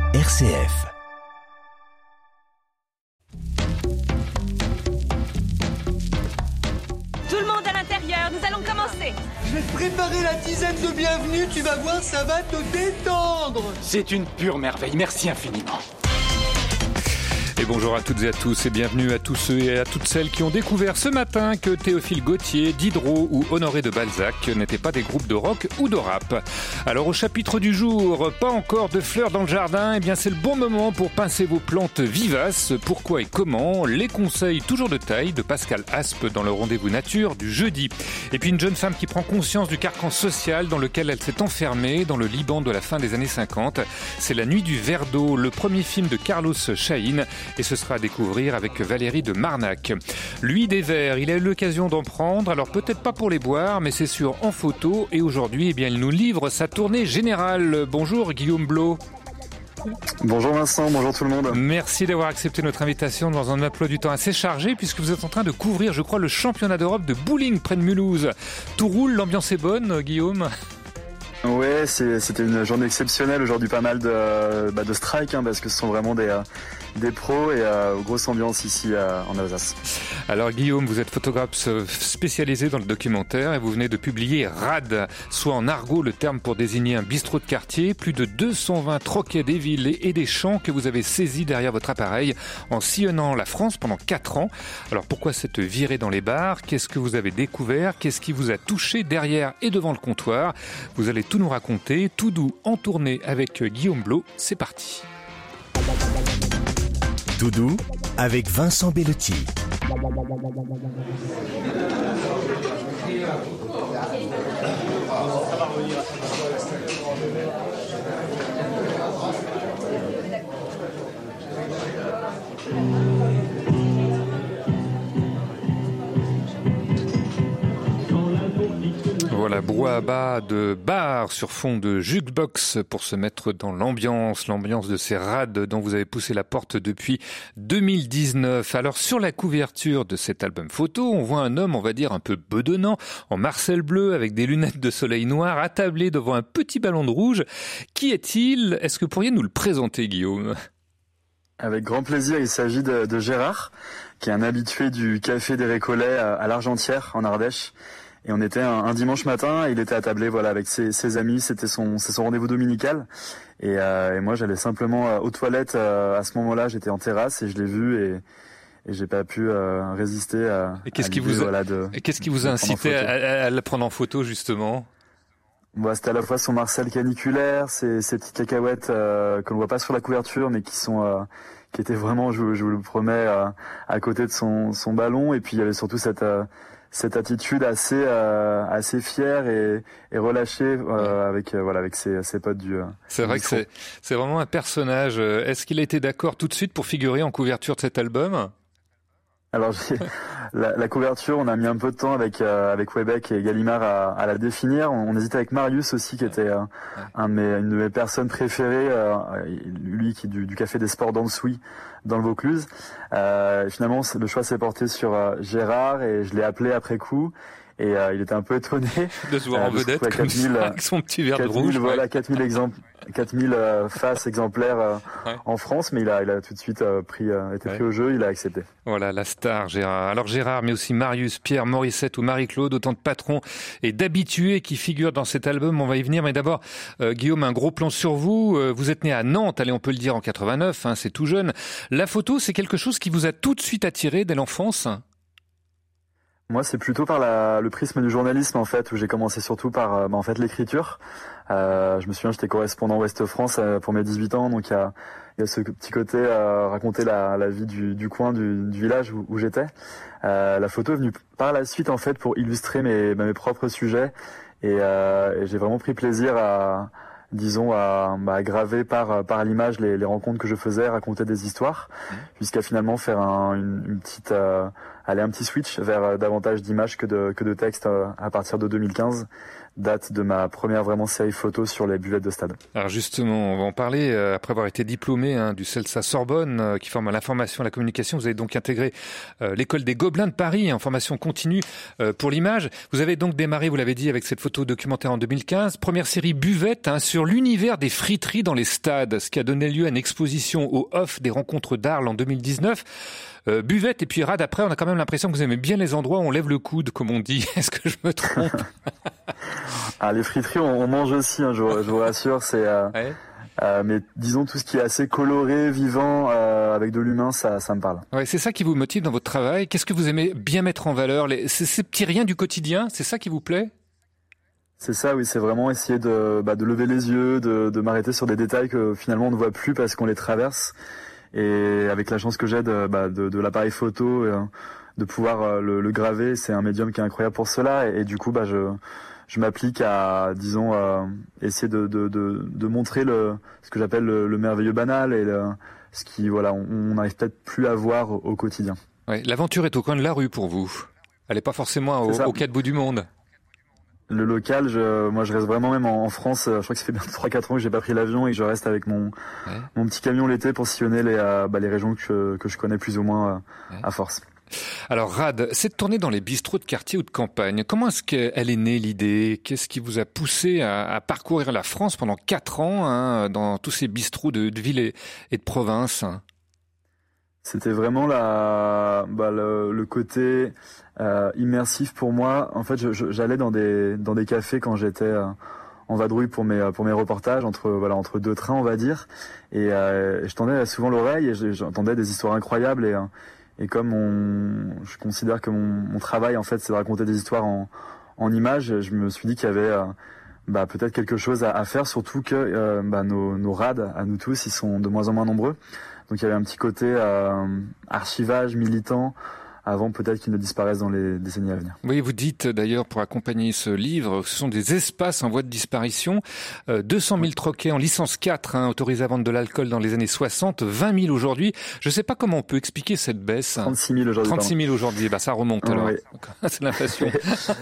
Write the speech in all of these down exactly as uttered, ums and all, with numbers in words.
R C F. Tout le monde à l'intérieur, nous allons commencer. Je vais te préparer la dizaine de bienvenue, tu vas voir, ça va te détendre. C'est une pure merveille, merci infiniment. Et bonjour à toutes et à tous et bienvenue à tous ceux et à toutes celles qui ont découvert ce matin que Théophile Gautier, Diderot ou Honoré de Balzac n'étaient pas des groupes de rock ou de rap. Alors au chapitre du jour, pas encore de fleurs dans le jardin, eh bien c'est le bon moment pour pincer vos plantes vivaces. Pourquoi et comment? Les conseils toujours de taille de Pascal Aspe dans le rendez-vous nature du jeudi. Et puis une jeune femme qui prend conscience du carcan social dans lequel elle s'est enfermée dans le Liban de la fin des années cinquante. C'est La Nuit du verre d'eau, le premier film de Carlos Chahin. Et ce sera à découvrir avec Valérie de Marnac. Lui, des verres, il a eu l'occasion d'en prendre, alors peut-être pas pour les boire, mais c'est sûr en photo. Et aujourd'hui, eh bien, il nous livre sa tournée générale. Bonjour Guillaume Blot. Bonjour Vincent, bonjour tout le monde. Merci d'avoir accepté notre invitation dans un emploi du temps assez chargé, puisque vous êtes en train de couvrir, je crois, le championnat d'Europe de bowling près de Mulhouse. Tout roule, l'ambiance est bonne, Guillaume? Ouais, c'est, c'était une journée exceptionnelle. Aujourd'hui, pas mal de, bah, de strikes, hein, parce que ce sont vraiment des, euh, des pros et euh, grosse ambiance ici euh, en Alsace. Alors Guillaume, vous êtes photographe spécialisé dans le documentaire et vous venez de publier Rad, soit en argot le terme pour désigner un bistrot de quartier. Plus de deux cent vingt troquets des villes et des champs que vous avez saisis derrière votre appareil en sillonnant la France pendant quatre ans. Alors pourquoi cette virée dans les bars? Qu'est-ce que vous avez découvert? Qu'est-ce qui vous a touché derrière et devant le comptoir? Vous allez tout nous raconter, tout doux en tournée avec Guillaume Blot. C'est parti. Tout doux avec Vincent Bellotti. Voilà, brouhaha de bar sur fond de jukebox pour se mettre dans l'ambiance, l'ambiance de ces rades dont vous avez poussé la porte depuis deux mille dix-neuf. Alors sur la couverture de cet album photo, on voit un homme, on va dire, un peu bedonnant, en marcel bleu avec des lunettes de soleil noir, attablé devant un petit ballon de rouge. Qui est-il? Est-ce que vous pourriez nous le présenter, Guillaume? Avec grand plaisir, il s'agit de, de Gérard, qui est un habitué du Café des Récollets à, à l'Argentière, en Ardèche. Et on était un, un dimanche matin, il était attablé voilà avec ses, ses amis, c'était son c'est son rendez-vous dominical. Et, euh, et moi j'allais simplement euh, aux toilettes euh, à ce moment-là, j'étais en terrasse et je l'ai vu et et j'ai pas pu euh, résister à. Et qu'est-ce à qui vous a, voilà, de, et qu'est-ce qui vous a incité à, à, à le prendre en photo justement? Bon, c'était à la fois son marcel caniculaire, ses, ses petites cacahuètes euh, que l'on voit pas sur la couverture, mais qui sont euh, qui étaient vraiment, je, je vous le promets, euh, à côté de son son ballon. Et puis il y avait surtout cette euh, cette attitude assez euh, assez fière et, et relâchée euh, avec euh, voilà avec ses, ses potes du. Euh, c'est vrai que c'est c'est vraiment un personnage. Est-ce qu'il a été d'accord tout de suite pour figurer en couverture de cet album? Alors j'ai, la, la couverture, on a mis un peu de temps avec euh, avec Webec et Gallimard à, à la définir. On, on hésitait avec Marius aussi, qui était euh, un de mes, une de mes personnes préférées, euh, lui qui du, du Café des Sports d'Ansouy dans le Vaucluse. Euh, finalement, le choix s'est porté sur euh, Gérard et je l'ai appelé après coup. Et euh, il était un peu étonné de se voir euh, en vedette comme quatre mille, ça, avec son petit verre de rouge. Voilà, ouais. quatre mille exemples, quatre mille euh, faces exemplaires euh, ouais. en France, mais il a, il a tout de suite euh, pris, euh, été ouais. pris au jeu, il a accepté. Voilà, la star Gérard. Alors Gérard, mais aussi Marius, Pierre, Morissette ou Marie-Claude, autant de patrons et d'habitués qui figurent dans cet album. On va y venir, mais d'abord, euh, Guillaume, un gros plan sur vous. Euh, vous êtes né à Nantes, allez, on peut le dire en quatre-vingt-neuf, hein, c'est tout jeune. La photo, c'est quelque chose qui vous a tout de suite attiré dès l'enfance? Moi, c'est plutôt par la, le prisme du journalisme, en fait, où j'ai commencé surtout par euh, bah, en fait, l'écriture. Euh, je me souviens, j'étais correspondant Ouest-France euh, pour mes dix-huit ans, donc il y a, y a ce petit côté euh, raconter la, la vie du, du coin, du, du village où, où j'étais. Euh, la photo est venue par la suite, en fait, pour illustrer mes, mes propres sujets. Et, euh, et j'ai vraiment pris plaisir à, disons, à, bah, à graver par, par l'image les, les rencontres que je faisais, raconter des histoires, mmh. jusqu'à finalement faire un, une, une petite... Euh, aller un petit switch vers euh, davantage d'images que de que de textes euh, à partir de deux mille quinze, date de ma première vraiment série photo sur les buvettes de stade. Alors justement, on va en parler. Euh, après avoir été diplômé hein, du CELSA Sorbonne, euh, qui forme à l'information et la communication, vous avez donc intégré euh, l'école des Gobelins de Paris en formation continue euh, pour l'image. Vous avez donc démarré, vous l'avez dit, avec cette photo documentaire en deux mille quinze, première série buvette hein, sur l'univers des friteries dans les stades, ce qui a donné lieu à une exposition au Off des rencontres d'Arles en deux mille dix-neuf. Euh, buvette et puis rade, après on a quand même l'impression que vous aimez bien les endroits où on lève le coude, comme on dit. Est-ce que je me trompe? Ah, les friteries, on, on mange aussi, hein, je, vous, je vous rassure, c'est... Euh... Ouais. Euh, mais disons tout ce qui est assez coloré, vivant, euh, avec de l'humain, ça, ça me parle. Ouais, c'est ça qui vous motive dans votre travail. Qu'est-ce que vous aimez bien mettre en valeur? Les, ces, ces petits riens du quotidien, c'est ça qui vous plaît? C'est ça, oui, c'est vraiment essayer de, bah, de lever les yeux, de, de m'arrêter sur des détails que finalement on ne voit plus parce qu'on les traverse. Et avec la chance que j'ai de, bah, de, de l'appareil photo, euh, de pouvoir euh, le, le graver, c'est un médium qui est incroyable pour cela. Et, et du coup, bah, je... je m'applique à, disons, euh, essayer de, de, de, de montrer le, ce que j'appelle le, le merveilleux banal et le, ce qui, voilà, on n'arrive peut-être plus à voir au, au quotidien. Ouais, l'aventure est au coin de la rue pour vous. Elle n'est pas forcément au, au quatre bouts du monde. Le local, je, moi, je reste vraiment même en, en France. Je crois que ça fait bien trois quatre ans que j'ai pas pris l'avion et que je reste avec mon, ouais. mon petit camion l'été pour sillonner les, euh, bah, les régions que, que je connais plus ou moins euh, ouais. à force. Alors Rad, cette tournée dans les bistrots de quartier ou de campagne, comment est-ce qu'elle est née l'idée? Qu'est-ce qui vous a poussé à, à parcourir la France pendant quatre ans hein, dans tous ces bistrots de, de ville et, et de province? C'était vraiment la, bah, le, le côté euh, immersif pour moi. En fait, je, je, j'allais dans des dans des cafés quand j'étais euh, en vadrouille pour mes pour mes reportages entre voilà entre deux trains, on va dire, et euh, je tendais souvent l'oreille et j'entendais des histoires incroyables et euh, Et comme on, je considère que mon, mon travail en fait c'est de raconter des histoires en, en images, je me suis dit qu'il y avait euh, bah, peut-être quelque chose à, à faire, surtout que euh, bah, nos, nos rades, à nous tous, ils sont de moins en moins nombreux. Donc il y avait un petit côté euh, archivage militant avant peut-être qu'ils ne disparaissent dans les décennies à venir. Oui, vous dites d'ailleurs pour accompagner ce livre, ce sont des espaces en voie de disparition. Euh, deux cent mille troquets en licence quatre, hein, autorisés à vendre de l'alcool dans les années soixante, vingt mille aujourd'hui. Je ne sais pas comment on peut expliquer cette baisse. trente-six mille aujourd'hui. trente-six mille aujourd'hui, bah, ça remonte oh, alors. Oui. C'est l'inflation.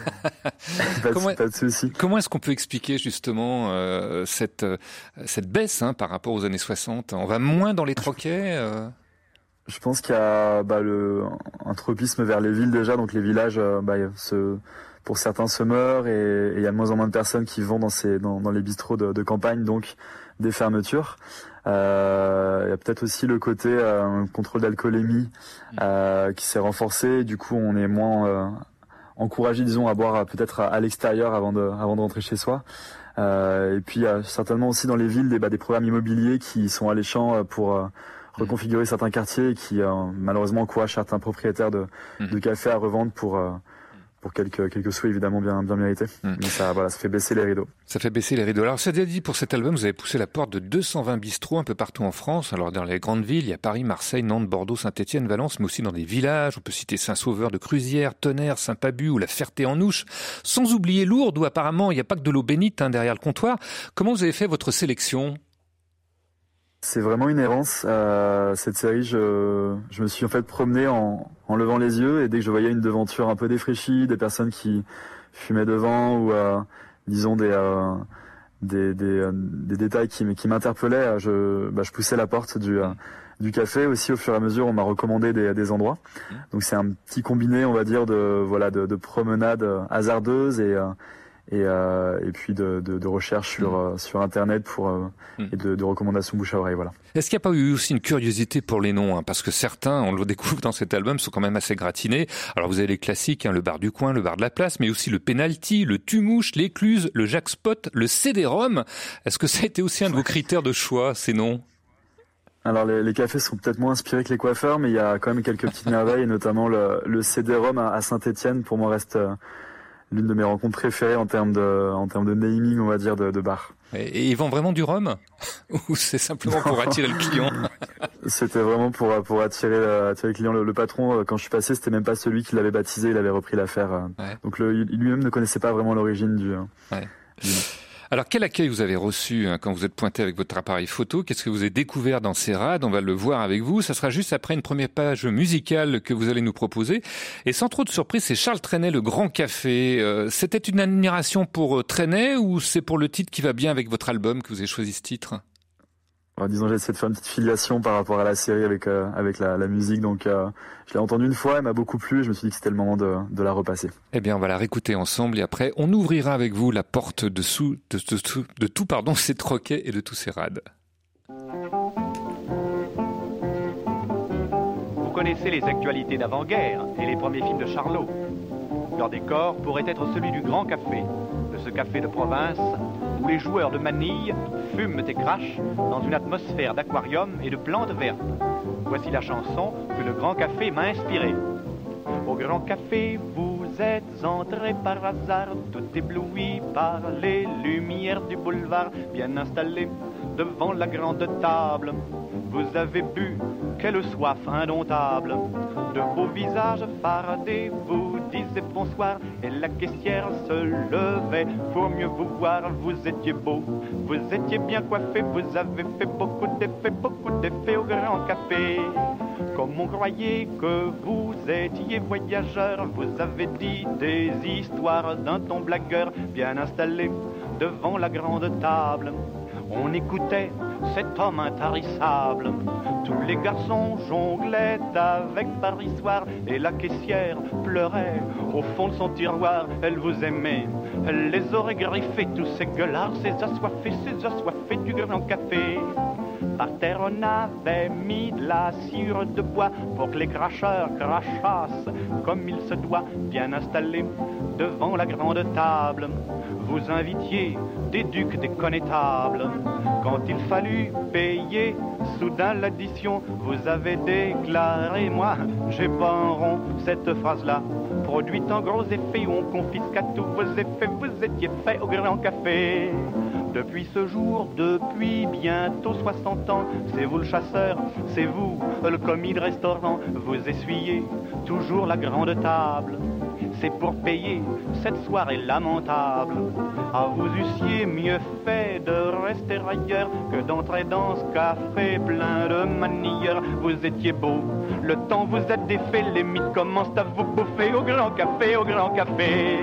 pas, comment, de, pas de souci. Comment est-ce qu'on peut expliquer justement euh, cette, euh, cette baisse hein, par rapport aux années soixante? On va moins dans les troquets euh... Je pense qu'il y a bah, le, un tropisme vers les villes déjà, donc les villages, bah, se, pour certains se meurent et il y a de moins en moins de personnes qui vont dans, ces, dans, dans les bistrots de, de campagne, donc des fermetures. Euh, il y a peut-être aussi le côté euh, contrôle d'alcoolémie euh, qui s'est renforcé, du coup on est moins euh, encouragé, disons, à boire peut-être à, à l'extérieur avant de, avant de rentrer chez soi. Euh, et puis il y a certainement aussi dans les villes des, bah, des programmes immobiliers qui sont alléchants pour... Euh, reconfigurer certains quartiers et qui euh, malheureusement encouragent certains propriétaires de, mmh. de cafés à revendre pour euh, pour quelques quelques sous évidemment bien bien mérités. Mmh. Mais ça voilà, ça fait baisser les rideaux. Ça fait baisser les rideaux. Alors ça dit pour cet album, vous avez poussé la porte de deux cent vingt bistrots un peu partout en France. Alors dans les grandes villes, il y a Paris, Marseille, Nantes, Bordeaux, Saint-Étienne, Valence, mais aussi dans des villages. On peut citer Saint-Sauveur de Cruzières, Tonnerre, Saint-Pabu ou la Ferté-en-Ouche. Sans oublier Lourdes où apparemment il n'y a pas que de l'eau bénite hein, derrière le comptoir. Comment vous avez fait votre sélection? C'est vraiment une errance. Euh, cette série, je, je me suis en fait promené en, en levant les yeux et dès que je voyais une devanture un peu défraîchie, des personnes qui fumaient devant ou euh, disons des, euh, des, des, euh, des détails qui, qui m'interpellaient, je, bah, je poussais la porte du, euh, du café. Aussi, au fur et à mesure, on m'a recommandé des, des endroits. Donc c'est un petit combiné, on va dire, de voilà de, de promenades hasardeuses et euh, et, euh, et puis de, de, de recherche sur, mmh. euh, sur Internet pour, euh, mmh. et de, de recommandations bouche à oreille. Voilà. Est-ce qu'il n'y a pas eu aussi une curiosité pour les noms hein, parce que certains, on le découvre dans cet album, sont quand même assez gratinés. Alors vous avez les classiques, hein, le bar du coin, le bar de la place, mais aussi le Penalty, le Tumouche, l'Écluse, le Jacques Spot, le C D-Rom. Est-ce que ça a été aussi un de vos critères de choix, ces noms ? Alors les, les cafés sont peut-être moins inspirés que les coiffeurs, mais il y a quand même quelques petites merveilles, et notamment le, le C D-Rom à, à Saint-Étienne, pour moi reste... Euh, l'une de mes rencontres préférées en termes de, en termes de naming, on va dire, de, de bar. Et, et ils vendent vraiment du rhum? Ou c'est simplement pour attirer le client? C'était vraiment pour, pour attirer, attirer le client. Le, le patron, quand je suis passé, c'était même pas celui qui l'avait baptisé, il avait repris l'affaire. Ouais. Donc le, lui-même ne connaissait pas vraiment l'origine du... Ouais. du... Alors, quel accueil vous avez reçu hein, quand vous êtes pointé avec votre appareil photo? Qu'est-ce que vous avez découvert dans ces rades? On va le voir avec vous. Ça sera juste après une première page musicale que vous allez nous proposer. Et sans trop de surprise, c'est Charles Trenet, Le Grand Café. Euh, c'était une admiration pour Trenet ou c'est pour le titre qui va bien avec votre album que vous avez choisi ce titre? Alors, disons, j'ai essayé de faire une petite filiation par rapport à la série avec euh, avec la, la musique. Donc, euh, je l'ai entendue une fois, elle m'a beaucoup plu. Et je me suis dit que c'était le moment de, de la repasser. Eh bien, on va la réécouter ensemble et après, on ouvrira avec vous la porte dessous de, de, de, de tout, pardon, ces troquets et de tous ces rades. Vous connaissez les actualités d'avant-guerre et les premiers films de Charlot. Leur décor pourrait être celui du Grand Café, de ce café de province où les joueurs de manille fument et crachent dans une atmosphère d'aquarium et de plantes vertes. Voici la chanson que le Grand Café m'a inspirée. Au Grand Café, vous êtes entré par hasard, tout ébloui par les lumières du boulevard, bien installé devant la grande table. Vous avez bu, quelle soif indomptable. De beaux visages fardés vous disaient bonsoir, et la caissière se levait pour mieux vous voir. Vous étiez beau, vous étiez bien coiffé, vous avez fait beaucoup d'effets, beaucoup d'effets au Grand Café. Comme on croyait que vous étiez voyageur, vous avez dit des histoires d'un ton blagueur, bien installé devant la grande table. On écoutait cet homme intarissable. Tous les garçons jonglaient avec Paris soir, et la caissière pleurait au fond de son tiroir. Elle vous aimait, elle les aurait griffés, tous ces gueulards, ces assoiffés, ces assoiffés du Grand Café. Par terre on avait mis de la sciure de bois pour que les cracheurs crachassent comme il se doit, bien installés devant la grande table. Vous invitiez des ducs, des connétables. Quand il fallut payer soudain l'addition, vous avez déclaré: moi, j'ai pas un rond. Cette phrase-là, produite en gros effets où on confisque à tous vos effets, vous étiez fait au Grand Café. Depuis ce jour, depuis bientôt soixante ans, c'est vous le chasseur, c'est vous le commis de restaurant. Vous essuyez toujours la grande table. C'est pour payer cette soirée lamentable. Ah, vous eussiez mieux fait de rester ailleurs que d'entrer dans ce café plein de manières. Vous étiez beau, le temps vous a défait, les mythes commencent à vous bouffer au Grand Café, au Grand Café.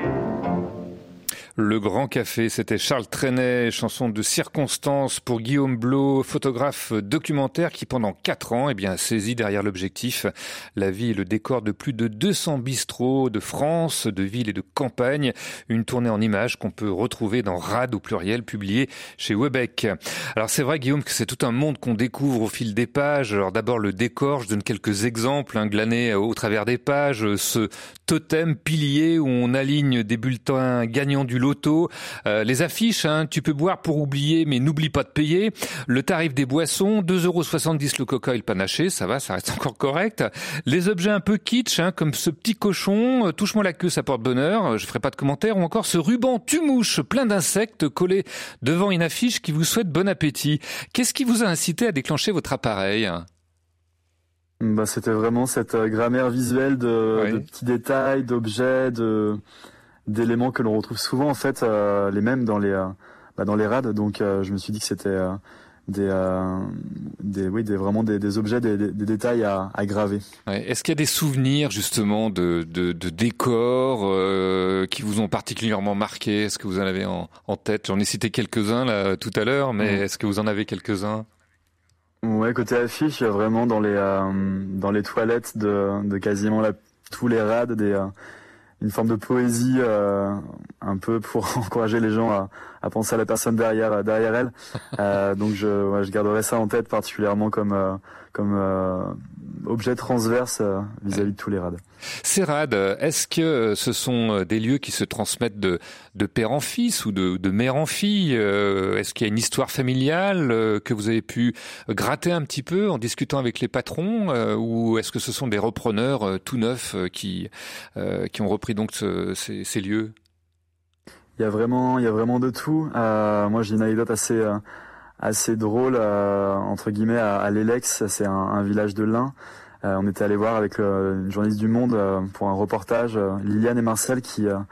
Le Grand Café, c'était Charles Trenet, chanson de circonstance pour Guillaume Blot, photographe documentaire qui pendant quatre ans, eh bien, a saisi derrière l'objectif la vie et le décor de plus de deux cents bistrots de France, de ville et de campagne. Une tournée en images qu'on peut retrouver dans Rades au pluriel, publié chez Webec. Alors c'est vrai, Guillaume, que c'est tout un monde qu'on découvre au fil des pages. Alors d'abord le décor, je donne quelques exemples, hein, glanés au travers des pages. Ce totem pilier où on aligne des bulletins gagnants du loto, euh, les affiches, hein, tu peux boire pour oublier mais n'oublie pas de payer, le tarif des boissons, deux euros soixante-dix le coca et le panaché, ça va, ça reste encore correct, les objets un peu kitsch, hein, comme ce petit cochon, euh, touche-moi la queue, ça porte bonheur, euh, je ferai pas de commentaires, ou encore ce ruban tue-mouche plein d'insectes collé devant une affiche qui vous souhaite bon appétit. Qu'est-ce qui vous a incité à déclencher votre appareil ? Bah, c'était vraiment cette euh, grammaire visuelle de, oui. de petits détails, d'objets, de d'éléments que l'on retrouve souvent en fait euh, les mêmes dans les euh, bah, dans les rades. Donc euh, je me suis dit que c'était euh, des euh, des oui des vraiment des, des objets, des, des, des détails à, à graver. Ouais. Est-ce qu'il y a des souvenirs justement de de, de décors euh, qui vous ont particulièrement marqué ? Est-ce que vous en avez en, en tête ? J'en ai cité quelques-uns là tout à l'heure, mais mmh. est-ce que vous en avez quelques-uns ? Ouais, côté affiche, il y a vraiment dans les euh, dans les toilettes de de quasiment la, tous les rades des euh, une forme de poésie euh, un peu pour encourager les gens à, à penser à la personne derrière derrière elle. Euh, donc je ouais, je garderai ça en tête particulièrement comme euh, comme euh, objet transverse euh, vis-à-vis de tous les rades. Ces rades, est-ce que ce sont des lieux qui se transmettent de de père en fils ou de de mère en fille ? euh, Est-ce qu'il y a une histoire familiale euh, que vous avez pu gratter un petit peu en discutant avec les patrons, euh, ou est-ce que ce sont des repreneurs euh, tout neufs euh, qui euh, qui ont repris donc ce, ces, ces lieux ? Il y a vraiment il y a vraiment de tout. Euh, moi j'ai une anecdote assez euh, assez drôle euh, entre guillemets à, à l'Elex, c'est un, un village de l'Ain. Euh, on était allé voir avec euh, une journaliste du Monde euh, pour un reportage, euh, Liliane et Marcel, qui euh,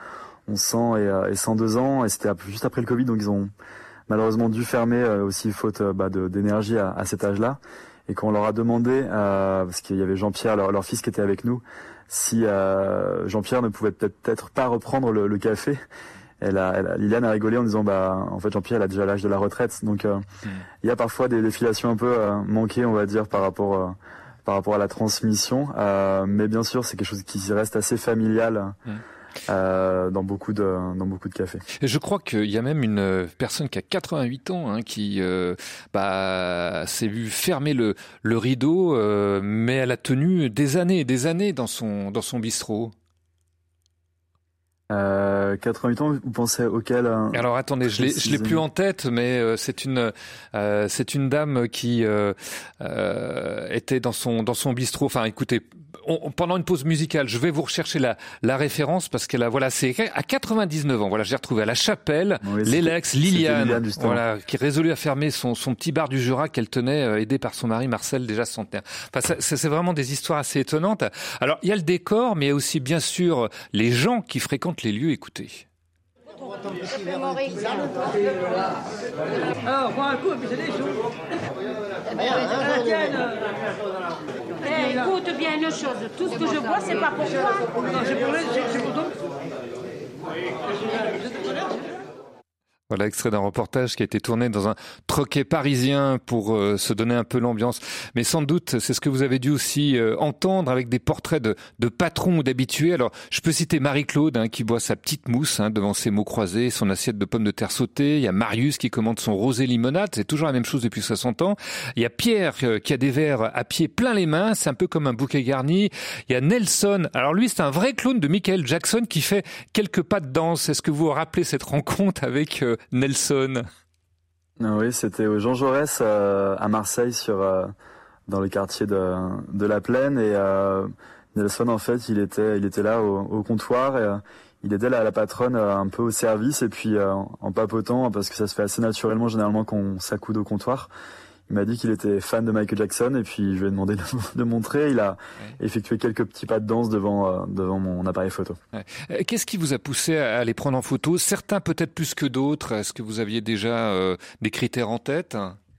onze cents et, et cent deux ans, et c'était juste après le Covid, donc ils ont malheureusement dû fermer aussi faute bah, de, d'énergie à, à cet âge-là. Et quand on leur a demandé, euh, parce qu'il y avait Jean-Pierre, leur, leur fils qui était avec nous, si euh, Jean-Pierre ne pouvait peut-être, peut-être pas reprendre le, le café, elle a, elle a, Liliane a rigolé en disant bah en fait Jean-Pierre il a déjà l'âge de la retraite, donc euh, mmh. il y a parfois des défiliations un peu euh, manquées, on va dire, par rapport euh, par rapport à la transmission, euh, mais bien sûr c'est quelque chose qui reste assez familial. Mmh. Euh, dans beaucoup de dans beaucoup de cafés. Et je crois qu'il y a même une personne qui a quatre-vingt-huit ans hein, qui euh, bah s'est vu fermer le le rideau, euh, mais elle a tenu des années et des années dans son dans son bistrot. Euh, quatre-vingt-huit ans, vous pensez auquel euh, Alors attendez, je l'ai, je l'ai plus en tête, mais euh, c'est une, euh, c'est une dame qui euh, euh, était dans son dans son bistrot. Enfin, écoutez, on, pendant une pause musicale, je vais vous rechercher la la référence parce qu'elle a voilà, c'est à quatre-vingt-dix-neuf ans. Voilà, je l'ai retrouvée à la Chapelle, oui, l'Elex, Liliane, Liliane voilà, qui est résolue à fermer son son petit bar du Jura qu'elle tenait, euh, aidée par son mari Marcel, déjà centenaire. Enfin, ça, ça, c'est vraiment des histoires assez étonnantes. Alors, il y a le décor, mais il y a aussi bien sûr les gens qui fréquentent les lieux. Écoutez. Alors, bois un coup, et puis c'est des sous. Eh, écoute bien une chose, tout ce que je vois, c'est pas pour toi. Non, c'est pour les, c'est pour toi. Voilà, extrait d'un reportage qui a été tourné dans un troquet parisien pour euh, se donner un peu l'ambiance. Mais sans doute, c'est ce que vous avez dû aussi euh, entendre avec des portraits de, de patrons ou d'habitués. Alors, je peux citer Marie-Claude hein, qui boit sa petite mousse hein, devant ses mots croisés, son assiette de pommes de terre sautées. Il y a Marius qui commande son rosé limonade, c'est toujours la même chose depuis soixante ans. Il y a Pierre euh, qui a des verres à pied plein les mains, c'est un peu comme un bouquet garni. Il y a Nelson, alors lui c'est un vrai clone de Michael Jackson qui fait quelques pas de danse. Est-ce que vous vous rappelez cette rencontre avec euh, Nelson? Oui, c'était au Jean Jaurès euh, à Marseille, sur euh, dans le quartier de, de la Plaine, et euh, Nelson en fait, il était il était là au, au comptoir, et, euh, il aidait la, la patronne euh, un peu au service, et puis euh, en papotant, parce que ça se fait assez naturellement généralement quand on s'accoude au comptoir. Il m'a dit qu'il était fan de Michael Jackson, et puis je lui ai demandé de, de montrer. Il a ouais. effectué quelques petits pas de danse devant euh, devant mon appareil photo. Ouais. Qu'est-ce qui vous a poussé à les prendre en photo? Certains peut-être plus que d'autres. Est-ce que vous aviez déjà euh, des critères en tête?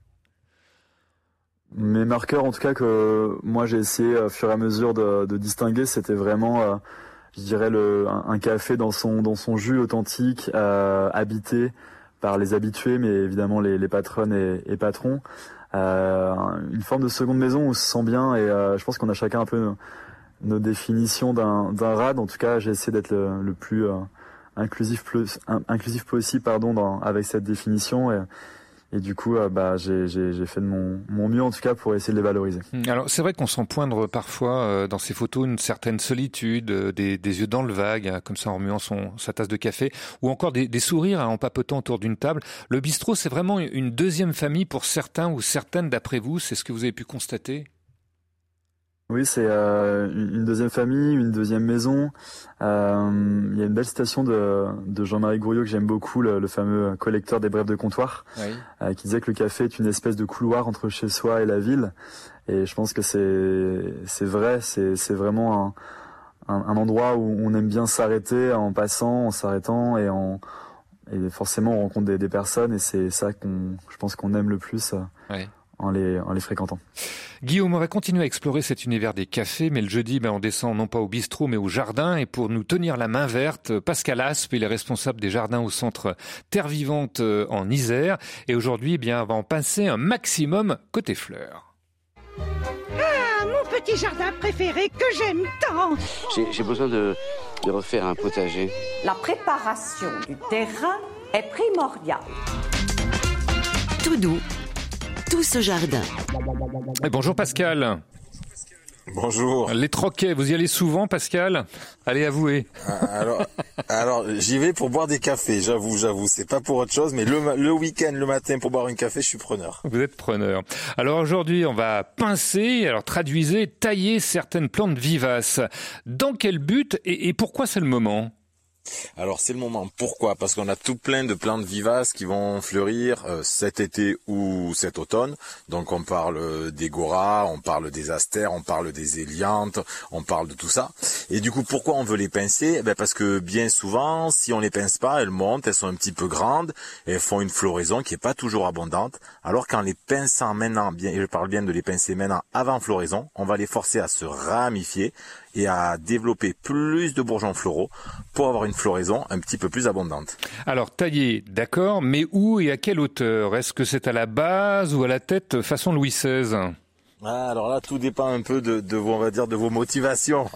Mes marqueurs, en tout cas, que moi j'ai essayé au fur et à mesure de, de distinguer, c'était vraiment, euh, je dirais, le, un, un café dans son dans son jus authentique, euh, habité par les habitués, mais évidemment les, les patronnes et, et patrons. Euh, une forme de seconde maison où on se sent bien, et euh, je pense qu'on a chacun un peu nos, nos définitions d'un, d'un rad. En tout cas, j'ai essayé d'être le, le plus euh, inclusif, plus, un, inclusif possible, pardon, dans, avec cette définition. Et, Et du coup, euh, bah, j'ai, j'ai, j'ai fait de mon, mon mieux, en tout cas, pour essayer de les valoriser. Alors, c'est vrai qu'on sent poindre parfois euh, dans ces photos une certaine solitude, euh, des, des yeux dans le vague, hein, comme ça en remuant son, sa tasse de café, ou encore des, des sourires hein, en papotant autour d'une table. Le bistrot, c'est vraiment une deuxième famille pour certains ou certaines, d'après vous. C'est ce que vous avez pu constater? Oui, c'est euh, une deuxième famille, une deuxième maison. Euh, il y a une belle citation de, de Jean-Marie Gouriot que j'aime beaucoup, le, le fameux collecteur des brèves de comptoir, oui. euh, qui disait que le café est une espèce de couloir entre chez soi et la ville. Et je pense que c'est c'est vrai, c'est c'est vraiment un, un, un endroit où on aime bien s'arrêter en passant, en s'arrêtant, et en et forcément on rencontre des, des personnes, et c'est ça qu'on, je pense qu'on aime le plus. Oui. En les, en les fréquentant. Guillaume, on va continuer à explorer cet univers des cafés, mais le jeudi, ben, on descend non pas au bistrot, mais au jardin. Et pour nous tenir la main verte, Pascal Aspe, il est responsable des jardins au centre Terre Vivante en Isère. Et aujourd'hui, eh bien, on va en pincer un maximum côté fleurs. Ah, mon petit jardin préféré que j'aime tant. J'ai, j'ai besoin de, de refaire un potager. La préparation du terrain est primordiale. Tout doux. Tout ce jardin. Et bonjour Pascal. Bonjour. Les troquets, vous y allez souvent Pascal? Allez, avouez. Alors, alors j'y vais pour boire des cafés, j'avoue, j'avoue. C'est pas pour autre chose, mais le, le week-end, le matin, pour boire un café, je suis preneur. Vous êtes preneur. Alors aujourd'hui, on va pincer, alors traduisez, tailler certaines plantes vivaces. Dans quel but et, et pourquoi c'est le moment? Alors c'est le moment. Pourquoi ? Parce qu'on a tout plein de plantes vivaces qui vont fleurir euh, cet été ou cet automne. Donc on parle euh, des goras, on parle des astères, on parle des éliantes, on parle de tout ça. Et du coup, pourquoi on veut les pincer ? Eh ben parce que bien souvent, si on les pince pas, elles montent, elles sont un petit peu grandes, et elles font une floraison qui est pas toujours abondante. Alors qu'en les pinçant maintenant, bien, et je parle bien de les pincer maintenant avant floraison, on va les forcer à se ramifier et à développer plus de bourgeons floraux pour avoir une floraison un petit peu plus abondante. Alors tailler, d'accord, mais où et à quelle hauteur ? Est-ce que c'est à la base ou à la tête façon Louis seize ? Ah, alors là, tout dépend un peu de, de vos, on va dire, de vos motivations.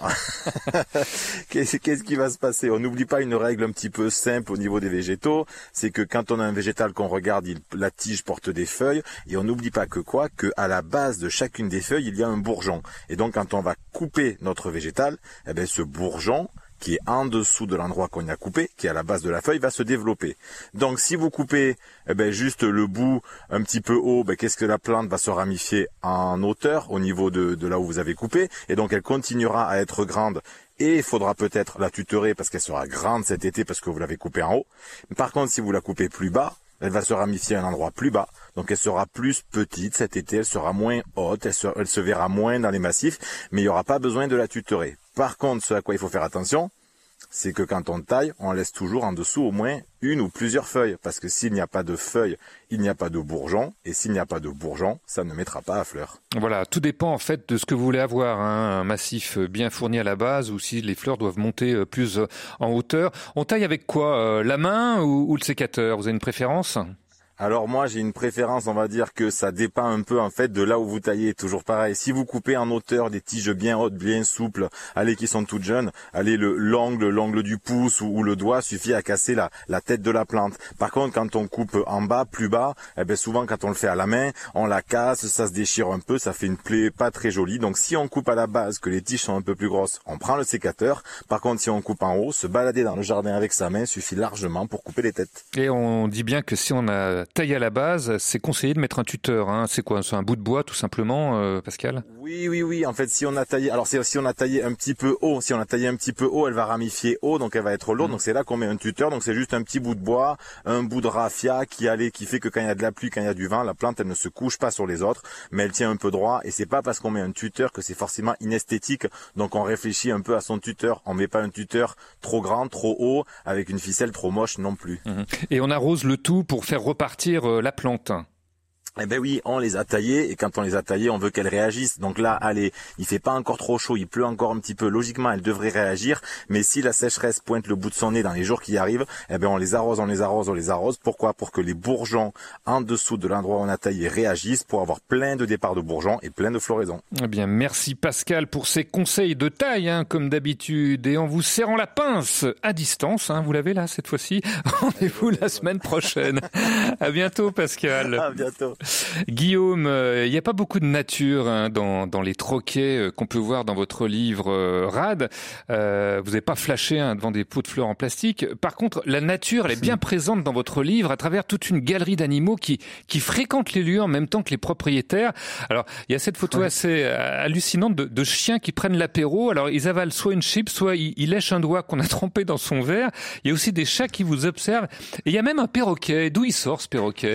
qu'est-ce, qu'est-ce qui va se passer ? On n'oublie pas une règle un petit peu simple au niveau des végétaux, c'est que quand on a un végétal qu'on regarde, il, la tige porte des feuilles, et on n'oublie pas que quoi ? Que à la base de chacune des feuilles, il y a un bourgeon. Et donc, quand on va couper notre végétal, eh ben, ce bourgeon, qui est en dessous de l'endroit qu'on a coupé, qui est à la base de la feuille, va se développer. Donc si vous coupez eh ben, juste le bout un petit peu haut, ben, qu'est-ce que la plante va se ramifier en hauteur au niveau de, de là où vous avez coupé, et donc elle continuera à être grande, et il faudra peut-être la tutorer parce qu'elle sera grande cet été parce que vous l'avez coupée en haut. Par contre, si vous la coupez plus bas, elle va se ramifier à un endroit plus bas, donc elle sera plus petite cet été, elle sera moins haute, elle se, elle se verra moins dans les massifs, mais il n'y aura pas besoin de la tutorer. Par contre, ce à quoi il faut faire attention, c'est que quand on taille, on laisse toujours en dessous au moins une ou plusieurs feuilles, parce que s'il n'y a pas de feuilles, il n'y a pas de bourgeons, et s'il n'y a pas de bourgeons, ça ne mettra pas à fleur. Voilà, tout dépend en fait de ce que vous voulez avoir, hein, un massif bien fourni à la base, ou si les fleurs doivent monter plus en hauteur. On taille avec quoi ? La main ou, ou le sécateur ? Vous avez une préférence ? Alors moi j'ai une préférence, on va dire que ça dépend un peu en fait de là où vous taillez. Toujours pareil, si vous coupez en hauteur des tiges bien hautes, bien souples, allez qui sont toutes jeunes, allez le l'angle, l'angle du pouce ou, ou le doigt suffit à casser la, la tête de la plante. Par contre quand on coupe en bas, plus bas, eh ben souvent quand on le fait à la main, on la casse, ça se déchire un peu, ça fait une plaie pas très jolie. Donc si on coupe à la base, que les tiges sont un peu plus grosses, on prend le sécateur. Par contre si on coupe en haut, se balader dans le jardin avec sa main suffit largement pour couper les têtes. Et on dit bien que si on a taillé à la base, c'est conseillé de mettre un tuteur. Hein. C'est quoi ? C'est un bout de bois tout simplement, euh, Pascal ? Oui, oui, oui. En fait, si on a taillé, alors c'est si on a taillé un petit peu haut, si on a taillé un petit peu haut, elle va ramifier haut, donc elle va être lourde. Mmh. Donc c'est là qu'on met un tuteur. Donc c'est juste un petit bout de bois, un bout de raffia qui allait, qui fait que quand il y a de la pluie, quand il y a du vent, la plante elle ne se couche pas sur les autres, mais elle tient un peu droit. Et c'est pas parce qu'on met un tuteur que c'est forcément inesthétique. Donc on réfléchit un peu à son tuteur. On met pas un tuteur trop grand, trop haut, avec une ficelle trop moche non plus. Mmh. Et on arrose le tout pour faire repartir euh, la plante. Eh ben oui, on les a taillées et quand on les a taillées, on veut qu'elles réagissent. Donc là, allez, il fait pas encore trop chaud, il pleut encore un petit peu. Logiquement, elles devraient réagir. Mais si la sécheresse pointe le bout de son nez dans les jours qui arrivent, eh ben on les arrose, on les arrose, on les arrose. Pourquoi ? Pour que les bourgeons en dessous de l'endroit où on a taillé réagissent, pour avoir plein de départs de bourgeons et plein de floraisons. Eh bien, merci Pascal pour ces conseils de taille, hein, comme d'habitude, et en vous serrant la pince à distance. Hein, vous l'avez là cette fois-ci. Rendez-vous la semaine prochaine. À bientôt, Pascal. À bientôt. Guillaume, il euh, n'y a pas beaucoup de nature hein, dans, dans les troquets euh, qu'on peut voir dans votre livre euh, Rad. Euh, vous n'avez pas flashé hein, devant des pots de fleurs en plastique. Par contre, la nature, elle est bien présente dans votre livre à travers toute une galerie d'animaux qui, qui fréquentent les lieux en même temps que les propriétaires. Alors, il y a cette photo ouais. assez euh, hallucinante de, de chiens qui prennent l'apéro. Alors, ils avalent soit une chip, soit ils, ils lèchent un doigt qu'on a trempé dans son verre. Il y a aussi des chats qui vous observent. Et il y a même un perroquet. D'où il sort, ce perroquet ?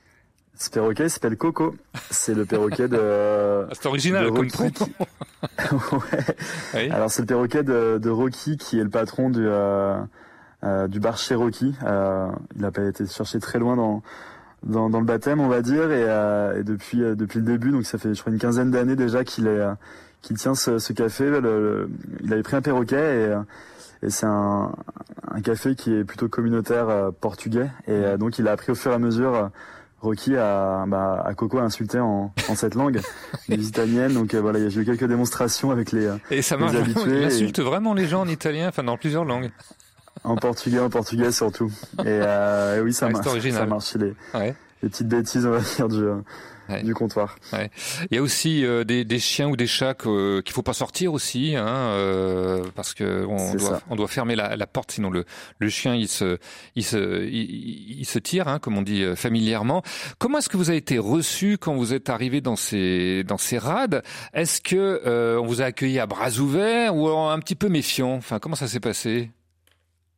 Ce perroquet il s'appelle Coco. C'est le perroquet de. C'est original de comme Rocky. prénom. Ouais. Oui. Alors c'est le perroquet de, de Rocky qui est le patron du euh, euh, du bar chez Rocky. Euh, il n'a pas été cherché très loin dans dans, dans le baptême, on va dire, et, euh, et depuis euh, depuis le début, donc ça fait je crois une quinzaine d'années déjà qu'il est euh, qu'il tient ce, ce café. Le, le, il avait pris un perroquet et euh, Et c'est un, un café qui est plutôt communautaire euh, portugais. Et euh, donc il a appris au fur et à mesure euh, Rocky à, bah, à Coco à insulter en, en cette langue, les italiennes. Donc euh, voilà, j'ai eu quelques démonstrations avec les, et ça marche, les habitués. Il insulte et... vraiment les gens en italien, enfin dans plusieurs langues. En portugais, en portugais surtout. Et, euh, et oui, ça ouais, marche. Ça marche. Les, ouais. les petites bêtises, on va dire, du, ouais. du comptoir. Ouais. Il y a aussi euh, des, des chiens ou des chats que, qu'il faut pas sortir aussi, hein, euh, parce que on doit, on doit fermer la, la porte, sinon le, le chien il se, il se, il, il se tire, hein, comme on dit familièrement. Comment est-ce que vous avez été reçu quand vous êtes arrivé dans ces, dans ces rades ? Est-ce que euh, on vous a accueilli à bras ouverts ou un petit peu méfiant ? Enfin, comment ça s'est passé ?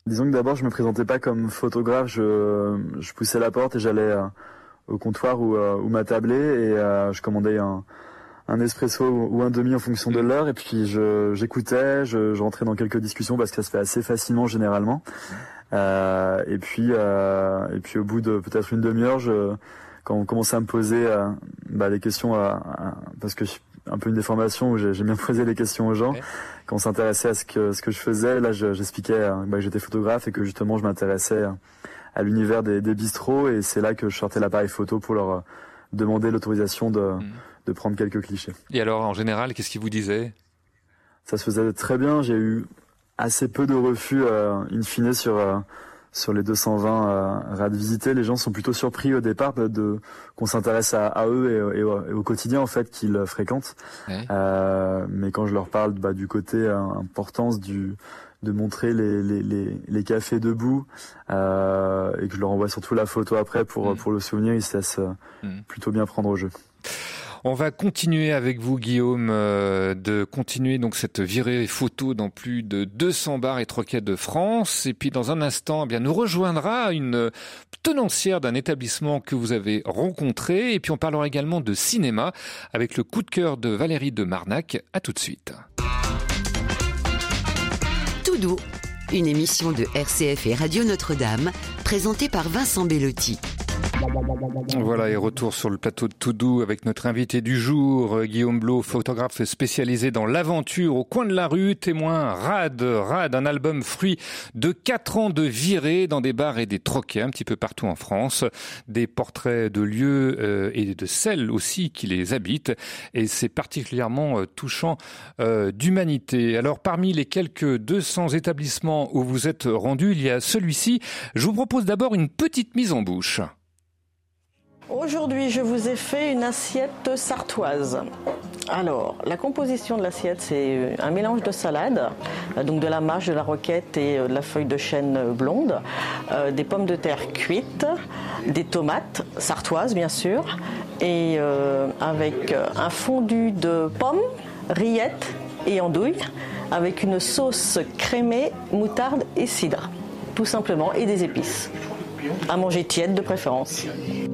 Disons que d'abord, je me présentais pas comme photographe. Je, je poussais la porte et j'allais euh, au comptoir ou, euh, ou m'attabler et euh, je commandais un, un espresso ou un demi en fonction de l'heure. Et puis je, j'écoutais, je, je rentrais dans quelques discussions parce que ça se fait assez facilement généralement. Euh, et puis, euh, et puis au bout de peut-être une demi-heure, je, quand on commençait à me poser euh, bah, des questions, à, à, parce que je, un peu une déformation où j'ai, j'ai bien posé les questions aux gens. Okay. Quand on s'intéressait à ce que ce que je faisais, là, je, j'expliquais euh, bah, que j'étais photographe et que justement je m'intéressais à l'univers des, des bistrots, et c'est là que je sortais l'appareil photo pour leur euh, demander l'autorisation de, mmh. de prendre quelques clichés. Et alors, en général, qu'est-ce qu'ils vous disaient ? Ça se faisait très bien. J'ai eu assez peu de refus, euh, in fine, sur euh, sur les deux cent vingt euh, rades visitées. Les gens sont plutôt surpris au départ de qu'on s'intéresse à, à eux et, et, et au quotidien en fait qu'ils fréquentent. Ouais. Euh, mais quand je leur parle bah, du côté euh, importance du de montrer les les les, les cafés debout euh, et que je leur envoie surtout la photo après pour mmh. pour le souvenir, ils se laissent mmh. plutôt bien prendre au jeu. On va continuer avec vous, Guillaume, euh, de continuer donc cette virée photo dans plus de deux cents bars et troquettes de France. Et puis dans un instant, eh bien, nous rejoindra une tenancière d'un établissement que vous avez rencontré. Et puis on parlera également de cinéma avec le coup de cœur de Valérie de Marnac. À tout de suite. Tout doux, une émission de R C F et Radio Notre-Dame, présentée par Vincent Bellotti. Voilà, et retour sur le plateau de Tout doux avec notre invité du jour, Guillaume Blot, photographe spécialisé dans l'aventure au coin de la rue, témoin Rad, Rad, un album fruit de quatre ans de virée dans des bars et des troquets un petit peu partout en France, des portraits de lieux euh, et de celles aussi qui les habitent, et c'est particulièrement euh, touchant euh, d'humanité. Alors parmi les quelques deux cents établissements où vous êtes rendus, il y a celui-ci. Je vous propose d'abord une petite mise en bouche. Aujourd'hui, je vous ai fait une assiette sartoise. Alors, la composition de l'assiette, c'est un mélange de salade, donc de la mâche, de la roquette et de la feuille de chêne blonde, euh, des pommes de terre cuites, des tomates sartoises bien sûr, et euh, avec un fondu de pommes, rillettes et andouilles, avec une sauce crémée, moutarde et cidre, tout simplement, et des épices. À manger tiède de préférence.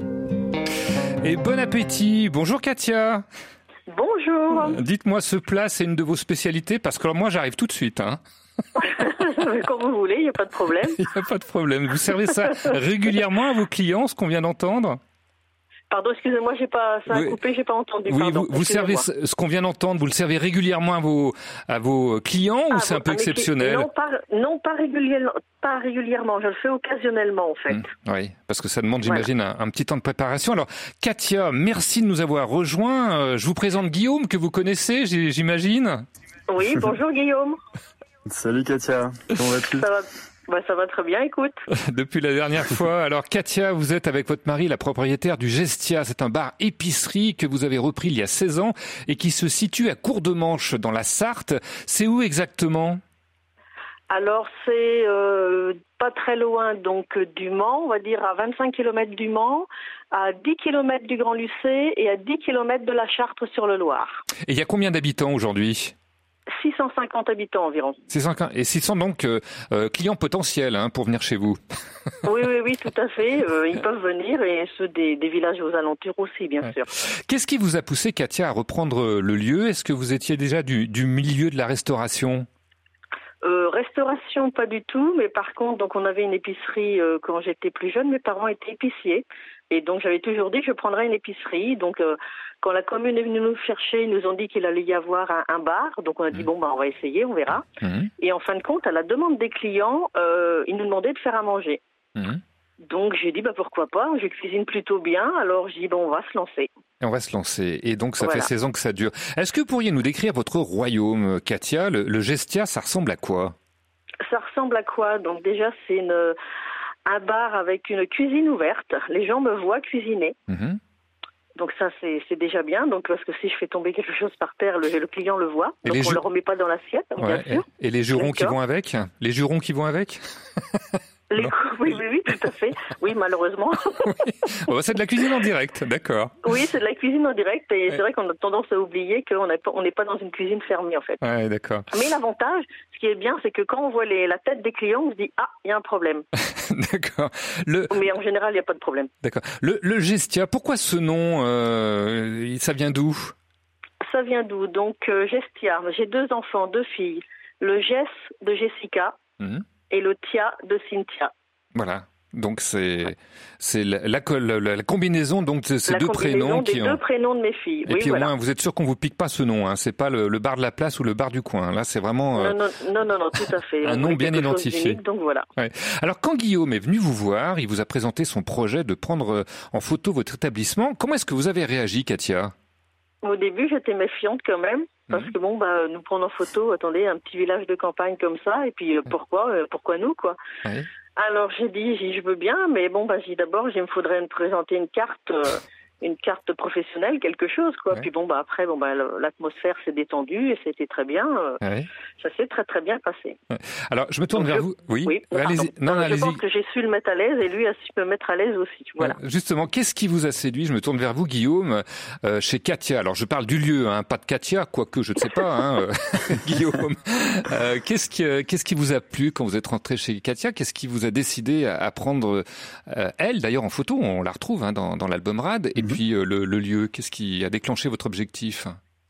Et bon appétit. Bonjour Katia. Bonjour. Dites-moi, ce plat, c'est une de vos spécialités, parce que moi j'arrive tout de suite. Hein. Quand vous voulez, il n'y a pas de problème. Il n'y a pas de problème. Vous servez ça régulièrement à vos clients, ce qu'on vient d'entendre ? Pardon, excusez-moi, j'ai pas, ça a oui. coupé, j'ai pas entendu. Oui, Pardon, vous, vous servez ce qu'on vient d'entendre, vous le servez régulièrement à vos, à vos clients ah, ou c'est un peu exceptionnel ? Non, pas, non, pas régulièrement, pas régulièrement, je le fais occasionnellement en fait. Mmh, oui, parce que ça demande, j'imagine, voilà. un, un petit temps de préparation. Alors, Katia, merci de nous avoir rejoints. Euh, je vous présente Guillaume, que vous connaissez, j'imagine. Oui, bonjour Guillaume. Salut Katia, comment vas-tu ? Ça va. Bah, ça va très bien, écoute. Depuis la dernière fois. Alors, Katia, vous êtes avec votre mari la propriétaire du Gestia. C'est un bar épicerie que vous avez repris il y a seize ans et qui se situe à Courdemanche, dans la Sarthe. C'est où exactement ? Alors, c'est euh, pas très loin donc du Mans, on va dire à vingt-cinq kilomètres du Mans, à dix kilomètres du Grand-Lucé et à dix kilomètres de la Chartre-sur-le-Loir. Et il y a combien d'habitants aujourd'hui ? six cent cinquante habitants environ. six cent cinquante Et six cents donc euh, euh, clients potentiels hein, pour venir chez vous. Oui, oui, oui, tout à fait. Euh, ils peuvent venir et ceux des, des villages aux alentours aussi, bien ouais. sûr. Qu'est-ce qui vous a poussé, Katia, à reprendre le lieu ? Est-ce que vous étiez déjà du, du milieu de la restauration ? Euh, restauration, pas du tout, mais par contre, donc on avait une épicerie euh, quand j'étais plus jeune. Mes parents étaient épiciers. Et donc, j'avais toujours dit que je prendrais une épicerie. Donc, euh, quand la commune est venue nous chercher, ils nous ont dit qu'il allait y avoir un, un bar. Donc, on a dit, mmh. bon, bah, on va essayer, on verra. Mmh. Et en fin de compte, à la demande des clients, euh, ils nous demandaient de faire à manger. Mmh. Donc, j'ai dit, bah, pourquoi pas, je cuisine plutôt bien. Alors, j'ai dit, bon, on va se lancer. Et on va se lancer. Et donc, ça voilà. fait seize ans que ça dure. Est-ce que vous pourriez nous décrire votre royaume, Katia ? Le, le Gestia, ça ressemble à quoi ? Ça ressemble à quoi ? Donc, déjà, c'est une... un bar avec une cuisine ouverte. Les gens me voient cuisiner. Mmh. Donc ça, c'est, c'est déjà bien. Donc, parce que si je fais tomber quelque chose par terre, le, le client le voit. Et donc on ne ju- le remet pas dans l'assiette, ouais, bien sûr. Et, et les jurons D'accord. qui vont avec ? Les jurons qui vont avec ? Les cours, oui, oui, oui, tout à fait. Oui, malheureusement. oui. Oh, c'est de la cuisine en direct, d'accord. Oui, c'est de la cuisine en direct et ouais. c'est vrai qu'on a tendance à oublier qu'on n'est pas, on n'est pas dans une cuisine fermée en fait. Oui, d'accord. Mais l'avantage, ce qui est bien, c'est que quand on voit les, la tête des clients, on se dit « Ah, il y a un problème ». D'accord. Le... Mais en général, il n'y a pas de problème. D'accord. Le, le Gestia, pourquoi ce nom euh, ça vient d'où? Ça vient d'où? Donc, euh, Gestia, j'ai deux enfants, deux filles. Le Jess de Jessica. Mmh. Et le Tia de Cynthia. Voilà. Donc c'est c'est la, la, la, la combinaison donc de ces la deux prénoms des qui deux ont... prénoms de mes filles. Et oui, puis voilà. au moins vous êtes sûr qu'on vous pique pas ce nom, hein. C'est pas le, le bar de la place ou le bar du coin. Là c'est vraiment euh... non, non non non non tout à fait. un nom bien identifié. Unique, donc voilà. Ouais. Alors quand Guillaume est venu vous voir, il vous a présenté son projet de prendre en photo votre établissement. Comment est-ce que vous avez réagi, Katia? Au début j'étais méfiante quand même. Parce que bon, bah, nous prendre en photo, attendez, un petit village de campagne comme ça, et puis euh, pourquoi, euh, pourquoi nous, quoi. Oui. Alors j'ai dit, j'ai dit, je veux bien, mais bon, bah, j'ai dit d'abord, il me faudrait me présenter une carte, euh, une carte professionnelle, quelque chose, quoi. Oui. Puis bon, bah après, bon, bah, l'atmosphère s'est détendue et c'était très bien. Euh, oui. Ça s'est très très bien passé. Oui. Alors je me tourne Donc, vers je... vous. Oui. oui allez-y. Non, non, je allez-y. pense que j'ai su le mettre à l'aise et lui a su me mettre à l'aise aussi. Voilà. Ouais, justement, qu'est-ce qui vous a séduit? Je me tourne vers vous, Guillaume, euh, chez Katia. Alors je parle du lieu, hein, pas de Katia, quoique je ne sais pas, hein, euh, Guillaume. Euh, qu'est-ce qui, euh, qu'est-ce qui vous a plu quand vous êtes rentré chez Katia? Qu'est-ce qui vous a décidé à, à prendre euh, elle, d'ailleurs en photo, on la retrouve hein, dans, dans l'album Rad, et mm-hmm. puis euh, le, le lieu. Qu'est-ce qui a déclenché votre objectif?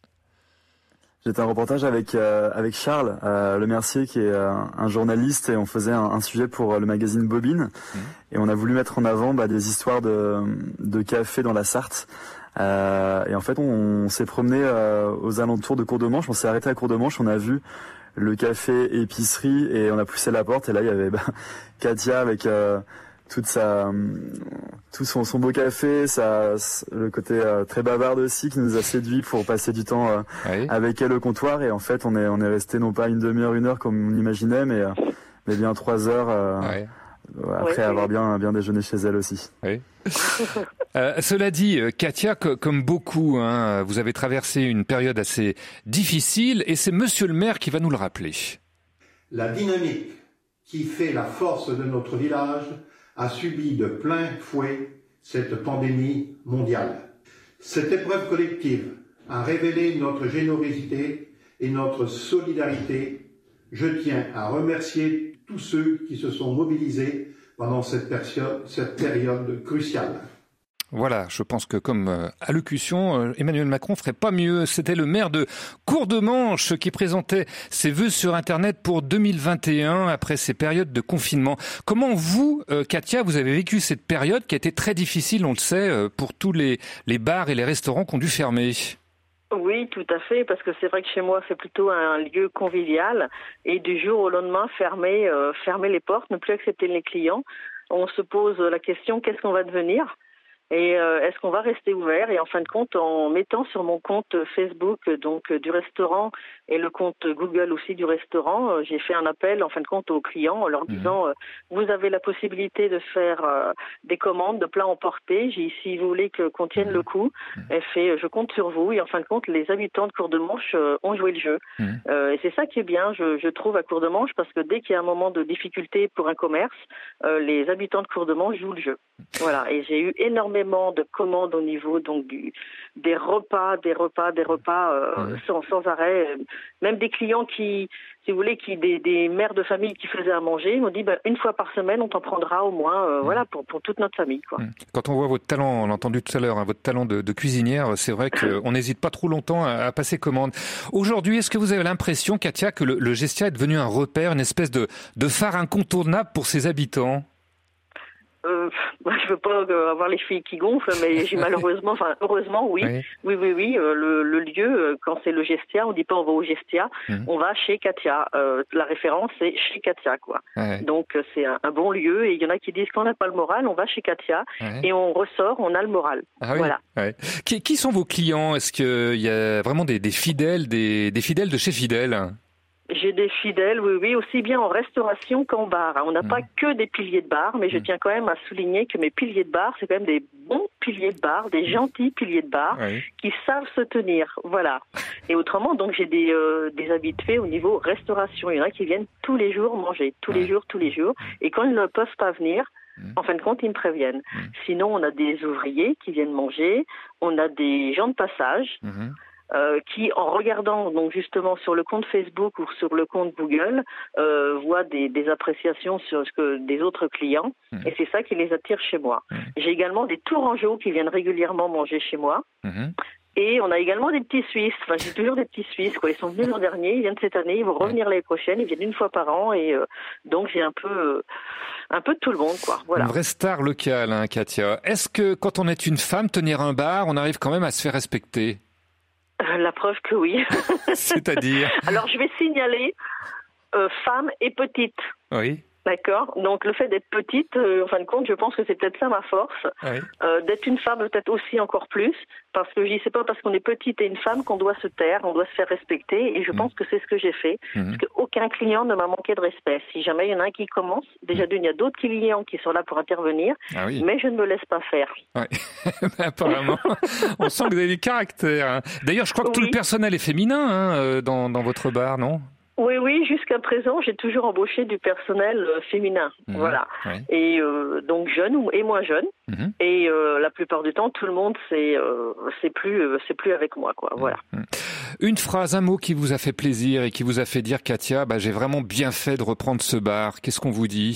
J'étais en reportage avec euh, avec Charles euh, Le Mercier, qui est euh, un journaliste, et on faisait un, un sujet pour euh, le magazine Bobine, mmh. et on a voulu mettre en avant bah, des histoires de de café dans la Sarthe. Euh, et en fait, on, on s'est promené euh, aux alentours de Courdemanche. On s'est arrêté à Courdemanche. On a vu le café épicerie et on a poussé la porte. Et là, il y avait bah, Katia avec euh, toute sa, tout son, son beau café, sa, le côté euh, très bavarde aussi qui nous a séduit pour passer du temps euh, oui. avec elle au comptoir. Et en fait, on est, on est resté non pas une demi-heure, une heure comme on imaginait, mais, euh, mais bien trois heures euh, oui. après oui, avoir oui. bien, bien déjeuné chez elle aussi. Oui. euh, cela dit, Katia, comme beaucoup, hein, vous avez traversé une période assez difficile et c'est Monsieur le maire qui va nous le rappeler. La dynamique qui fait la force de notre village a subi de plein fouet cette pandémie mondiale. Cette épreuve collective a révélé notre générosité et notre solidarité. Je tiens à remercier tous ceux qui se sont mobilisés pendant cette période, cette période cruciale. Voilà, je pense que comme euh, allocution, euh, Emmanuel Macron ferait pas mieux. C'était le maire de Courdemanche qui présentait ses vœux sur Internet pour deux mille vingt et un après ces périodes de confinement. Comment vous, euh, Katia, vous avez vécu cette période qui a été très difficile, on le sait, euh, pour tous les, les bars et les restaurants qui ont dû fermer? Oui, tout à fait, parce que c'est vrai que chez moi, c'est plutôt un lieu convivial et du jour au lendemain, fermer, euh, fermer les portes, ne plus accepter les clients. On se pose la question, qu'est-ce qu'on va devenir ? Et euh, est-ce qu'on va rester ouvert? Et en fin de compte, en mettant sur mon compte Facebook donc du restaurant et le compte Google aussi du restaurant, euh, j'ai fait un appel en fin de compte aux clients en leur disant mmh. euh, vous avez la possibilité de faire euh, des commandes de plats emportés. J'ai si vous voulez que qu'on tienne mmh. le coup, mmh. elle fait je compte sur vous. Et en fin de compte, les habitants de Courdemanche euh, ont joué le jeu. Mmh. Euh, et c'est ça qui est bien, je, je trouve, à Courdemanche, parce que dès qu'il y a un moment de difficulté pour un commerce, euh, les habitants de Courdemanche jouent le jeu. Voilà. Et j'ai eu énormément de commandes au niveau donc du des repas, des repas, des repas euh, ouais. sans, sans arrêt. Même des clients qui, si vous voulez, qui des, des mères de famille qui faisaient à manger, ils m'ont dit bah, une fois par semaine, on t'en prendra au moins, euh, mmh. voilà, pour, pour toute notre famille, quoi. Quand on voit votre talent, on l'a entendu tout à l'heure, hein, votre talent de, de cuisinière, c'est vrai qu'on n'hésite pas trop longtemps à, à passer commande. Aujourd'hui, est-ce que vous avez l'impression, Katia, que le, le Gestia est devenu un repère, une espèce de, de phare incontournable pour ses habitants? Euh, je veux pas avoir les filles qui gonflent, mais j'ai malheureusement, enfin heureusement, oui, oui, oui, oui, oui euh, le, le lieu, quand c'est le Gestia, on dit pas on va au Gestia, mmh. on va chez Katia. Euh, la référence c'est chez Katia, quoi. Ouais. Donc c'est un, un bon lieu, et il y en a qui disent qu'on n'a pas le moral, on va chez Katia ouais. et on ressort, on a le moral. Ah oui. Voilà. Ouais. Qui, qui sont vos clients? Est-ce qu'il y a vraiment des, des fidèles, des, des fidèles de chez fidèles? J'ai des fidèles, oui, oui, aussi bien en restauration qu'en bar. On n'a mmh. pas que des piliers de bar, mais je tiens quand même à souligner que mes piliers de bar, c'est quand même des bons piliers de bar, des gentils piliers de bar oui. qui savent se tenir. Voilà. Et autrement, donc j'ai des, euh, des habitués au niveau restauration. Il y en a qui viennent tous les jours manger, tous les jours, tous les jours. Et quand ils ne peuvent pas venir, en fin de compte, ils me préviennent. Mmh. Sinon, on a des ouvriers qui viennent manger, on a des gens de passage. Mmh. Euh, qui, en regardant donc justement sur le compte Facebook ou sur le compte Google, euh, voient des, des appréciations sur ce que des autres clients, mmh. et c'est ça qui les attire chez moi. Mmh. J'ai également des Tourangeaux qui viennent régulièrement manger chez moi. Mmh. Et on a également des petits Suisses. Enfin, j'ai toujours des petits Suisses, quoi. Ils sont venus l'an dernier, ils viennent cette année, ils vont revenir l'année prochaine, ils viennent une fois par an, et euh, donc j'ai un peu, euh, un peu de tout le monde, quoi. Voilà. Une vraie star locale, hein, Katia. Est-ce que quand on est une femme, tenir un bar, on arrive quand même à se faire respecter ? La preuve que oui. C'est-à-dire ? Alors, je vais signaler euh, femme et petite. Oui. D'accord. Donc, le fait d'être petite, euh, en fin de compte, je pense que c'est peut-être ça ma force. Oui. Euh, d'être une femme, peut-être aussi encore plus. Parce que je dis, c'est pas parce qu'on est petite et une femme qu'on doit se taire, on doit se faire respecter. Et je mmh. pense que c'est ce que j'ai fait. Mmh. Parce qu'aucun client ne m'a manqué de respect. Si jamais il y en a un qui commence, déjà d'une, il y a d'autres clients qui sont là pour intervenir. Ah oui. Mais je ne me laisse pas faire. Oui. Apparemment, on sent que vous avez du caractère. Hein. D'ailleurs, je crois que oui. tout le personnel est féminin hein, dans, dans votre bar, non ? Oui, oui, jusqu'à présent, j'ai toujours embauché du personnel euh, féminin, mmh, voilà. Oui. Et euh, donc jeune et moins jeune. Mmh. Et euh, la plupart du temps, tout le monde, c'est euh, c'est plus euh, c'est plus avec moi, quoi. Voilà. Mmh. Une phrase, un mot qui vous a fait plaisir et qui vous a fait dire, Katia, bah j'ai vraiment bien fait de reprendre ce bar. Qu'est-ce qu'on vous dit ?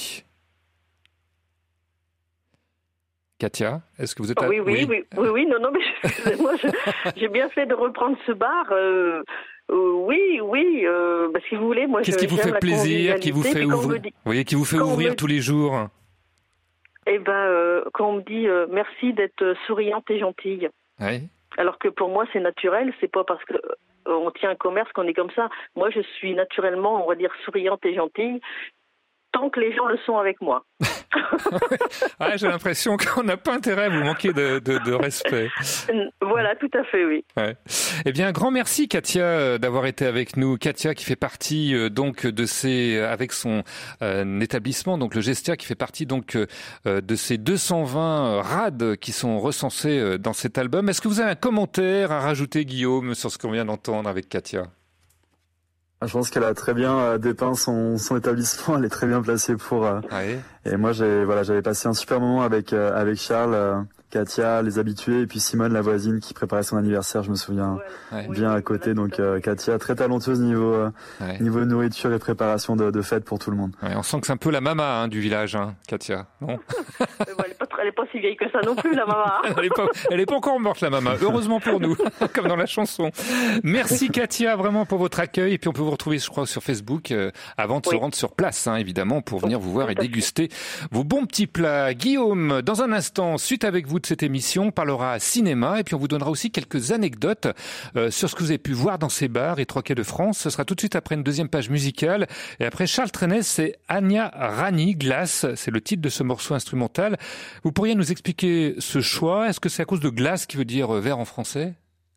Katia, est-ce que vous êtes à... oui, oui, oui, oui, oui, oui, non, non, mais excusez-moi, je, j'ai bien fait de reprendre ce bar. Euh, euh, oui, oui, euh, bah, si vous voulez, moi, qu'est-ce je, qui vous fait plaisir, qui vous fait ouvrir, dit... vous voyez, qui vous fait quand ouvrir me... tous les jours. Eh ben, euh, quand on me dit euh, merci d'être souriante et gentille. Oui. Alors que pour moi, c'est naturel. C'est pas parce que euh, on tient un commerce qu'on est comme ça. Moi, je suis naturellement, on va dire, souriante et gentille, tant que les gens le sont avec moi. Ah, j'ai l'impression qu'on n'a pas intérêt à vous manquer de, de, de respect. Voilà, tout à fait, oui. Ouais. Eh bien, un grand merci, Katia, d'avoir été avec nous. Katia, qui fait partie euh, donc de ces, avec son euh, établissement, donc le Gestia, qui fait partie donc euh, de ces deux cent vingt rades qui sont recensés euh, dans cet album. Est-ce que vous avez un commentaire à rajouter, Guillaume, sur ce qu'on vient d'entendre avec Katia ? Je pense qu'elle a très bien dépeint son, son établissement, elle est très bien placée pour. Euh, ouais. Et moi, j'ai voilà, j'avais passé un super moment avec euh, avec Charles, euh, Katia, les habitués, et puis Simone, la voisine, qui préparait son anniversaire. Je me souviens ouais. bien à côté. Donc euh, Katia, très talentueuse niveau euh, ouais. niveau nourriture et préparation de, de fête pour tout le monde. Ouais, on sent que c'est un peu la mama hein, du village, hein, Katia. Non elle est pas elle est pas si vieille que ça non plus, la mama. elle est pas elle est pas encore morte, la mama. Heureusement pour nous, comme dans la chanson. Merci Katia, vraiment pour votre accueil. Et puis on peut vous retrouver, je crois, sur Facebook euh, avant de oui. se rendre sur place, hein, évidemment, pour venir vous voir et déguster vos bons petits plats. Guillaume, dans un instant, suite avec vous de cette émission, on parlera cinéma et puis on vous donnera aussi quelques anecdotes euh, sur ce que vous avez pu voir dans ces bars et trois quais de France. Ce sera tout de suite après une deuxième page musicale. Et après Charles Trenet, c'est Anya Rani, Glace. C'est le titre de ce morceau instrumental. Vous pourriez nous expliquer ce choix ? Est-ce que c'est à cause de glace qui veut dire verre en français ?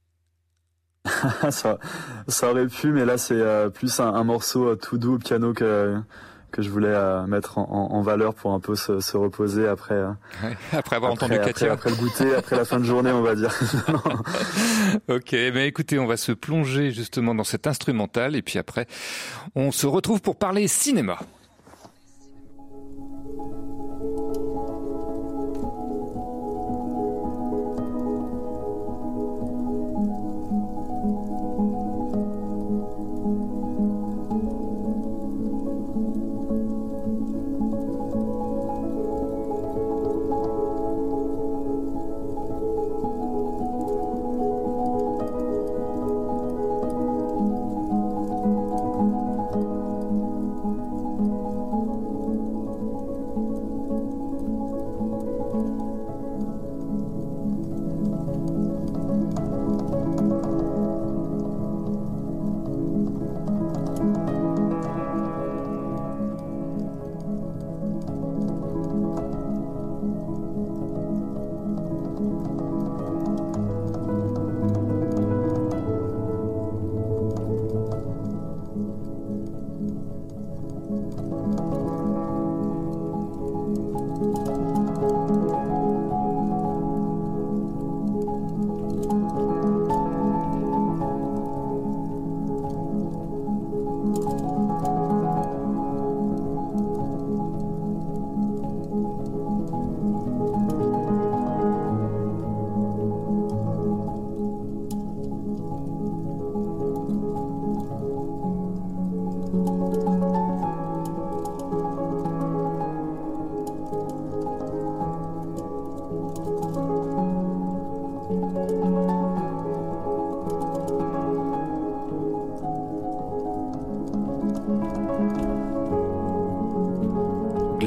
ça, ça aurait pu, mais là c'est euh, plus un, un morceau euh, tout doux au piano que que je voulais euh, mettre en, en, en valeur pour un peu se, se reposer après. Euh, ouais, après avoir après, entendu Katia. Après, après le goûter, après la fin de journée, on va dire. Ok, mais écoutez, on va se plonger justement dans cet instrumental et puis après, on se retrouve pour parler cinéma.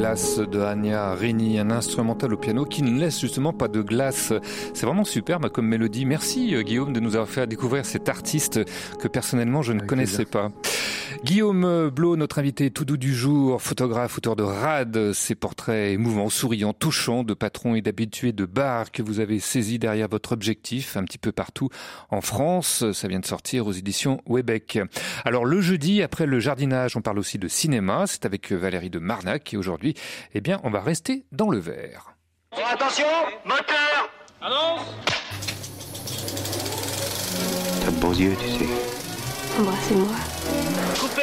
glace de Anya Rini, un instrumental au piano qui ne laisse justement pas de glace. C'est vraiment superbe comme mélodie. Merci Guillaume de nous avoir fait découvrir cet artiste que personnellement je ne Avec connaissais plaisir. pas. Guillaume Blot, notre invité tout doux du jour, photographe, auteur de Rad, ces portraits émouvants, souriants, touchants de patrons et d'habitués de bars que vous avez saisis derrière votre objectif un petit peu partout en France. Ça vient de sortir aux éditions Webec. Alors le jeudi, après le jardinage, on parle aussi de cinéma. C'est avec Valérie de Marnac et aujourd'hui, eh bien, on va rester dans le vert. Oh, attention, moteur, annonce. T'as de beaux yeux, tu sais. Embrassez-moi. Coupé.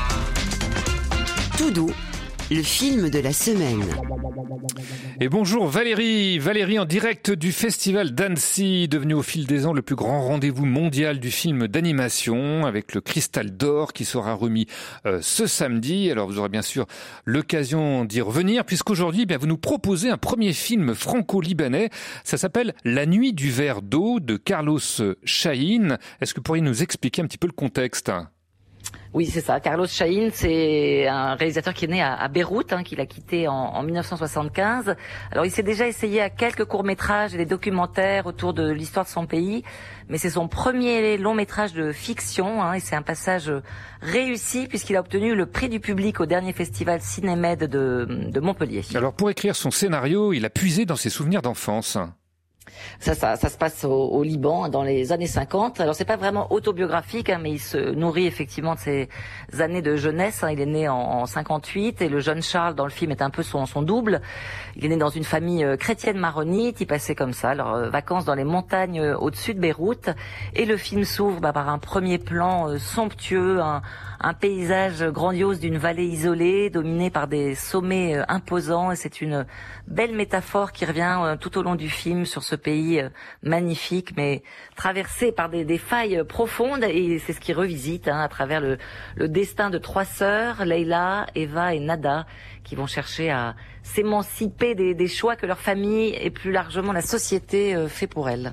Tout doux, le film de la semaine. Et bonjour Valérie, Valérie en direct du Festival d'Annecy, devenu au fil des ans le plus grand rendez-vous mondial du film d'animation, avec le Cristal d'Or qui sera remis euh, ce samedi. Alors vous aurez bien sûr l'occasion d'y revenir, puisqu'aujourd'hui, eh bien, vous nous proposez un premier film franco-libanais. Ça s'appelle La Nuit du verre d'eau de Carlos Chahine. Est-ce que vous pourriez nous expliquer un petit peu le contexte ? Oui, c'est ça. Carlos Chahine, c'est un réalisateur qui est né à, à Beyrouth, hein, qu'il a quitté en, en mille neuf cent soixante-quinze. Alors, il s'est déjà essayé à quelques courts-métrages et des documentaires autour de l'histoire de son pays, mais c'est son premier long-métrage de fiction, hein, et c'est un passage réussi puisqu'il a obtenu le prix du public au dernier festival Cinémed de, de Montpellier. Alors, pour écrire son scénario, il a puisé dans ses souvenirs d'enfance. Ça, ça, ça se passe au, au Liban dans les années cinquante. Alors c'est pas vraiment autobiographique, hein, mais il se nourrit effectivement de ses années de jeunesse. Hein. Il est né en, en cinquante-huit et le jeune Charles dans le film est un peu son, son double. Il est né dans une famille euh, chrétienne maronite. Il passait comme ça leurs euh, vacances dans les montagnes euh, au-dessus de Beyrouth. Et le film s'ouvre bah, par un premier plan euh, somptueux, un, un paysage grandiose d'une vallée isolée, dominée par des sommets euh, imposants. Et c'est une belle métaphore qui revient euh, tout au long du film sur ce pays euh, magnifique, mais traversé par des, des failles profondes. Et c'est ce qu'il revisite hein, à travers le, le destin de trois sœurs, Leila, Eva et Nada, qui vont chercher à s'émanciper des, des choix que leur famille et plus largement la société euh, fait pour elles.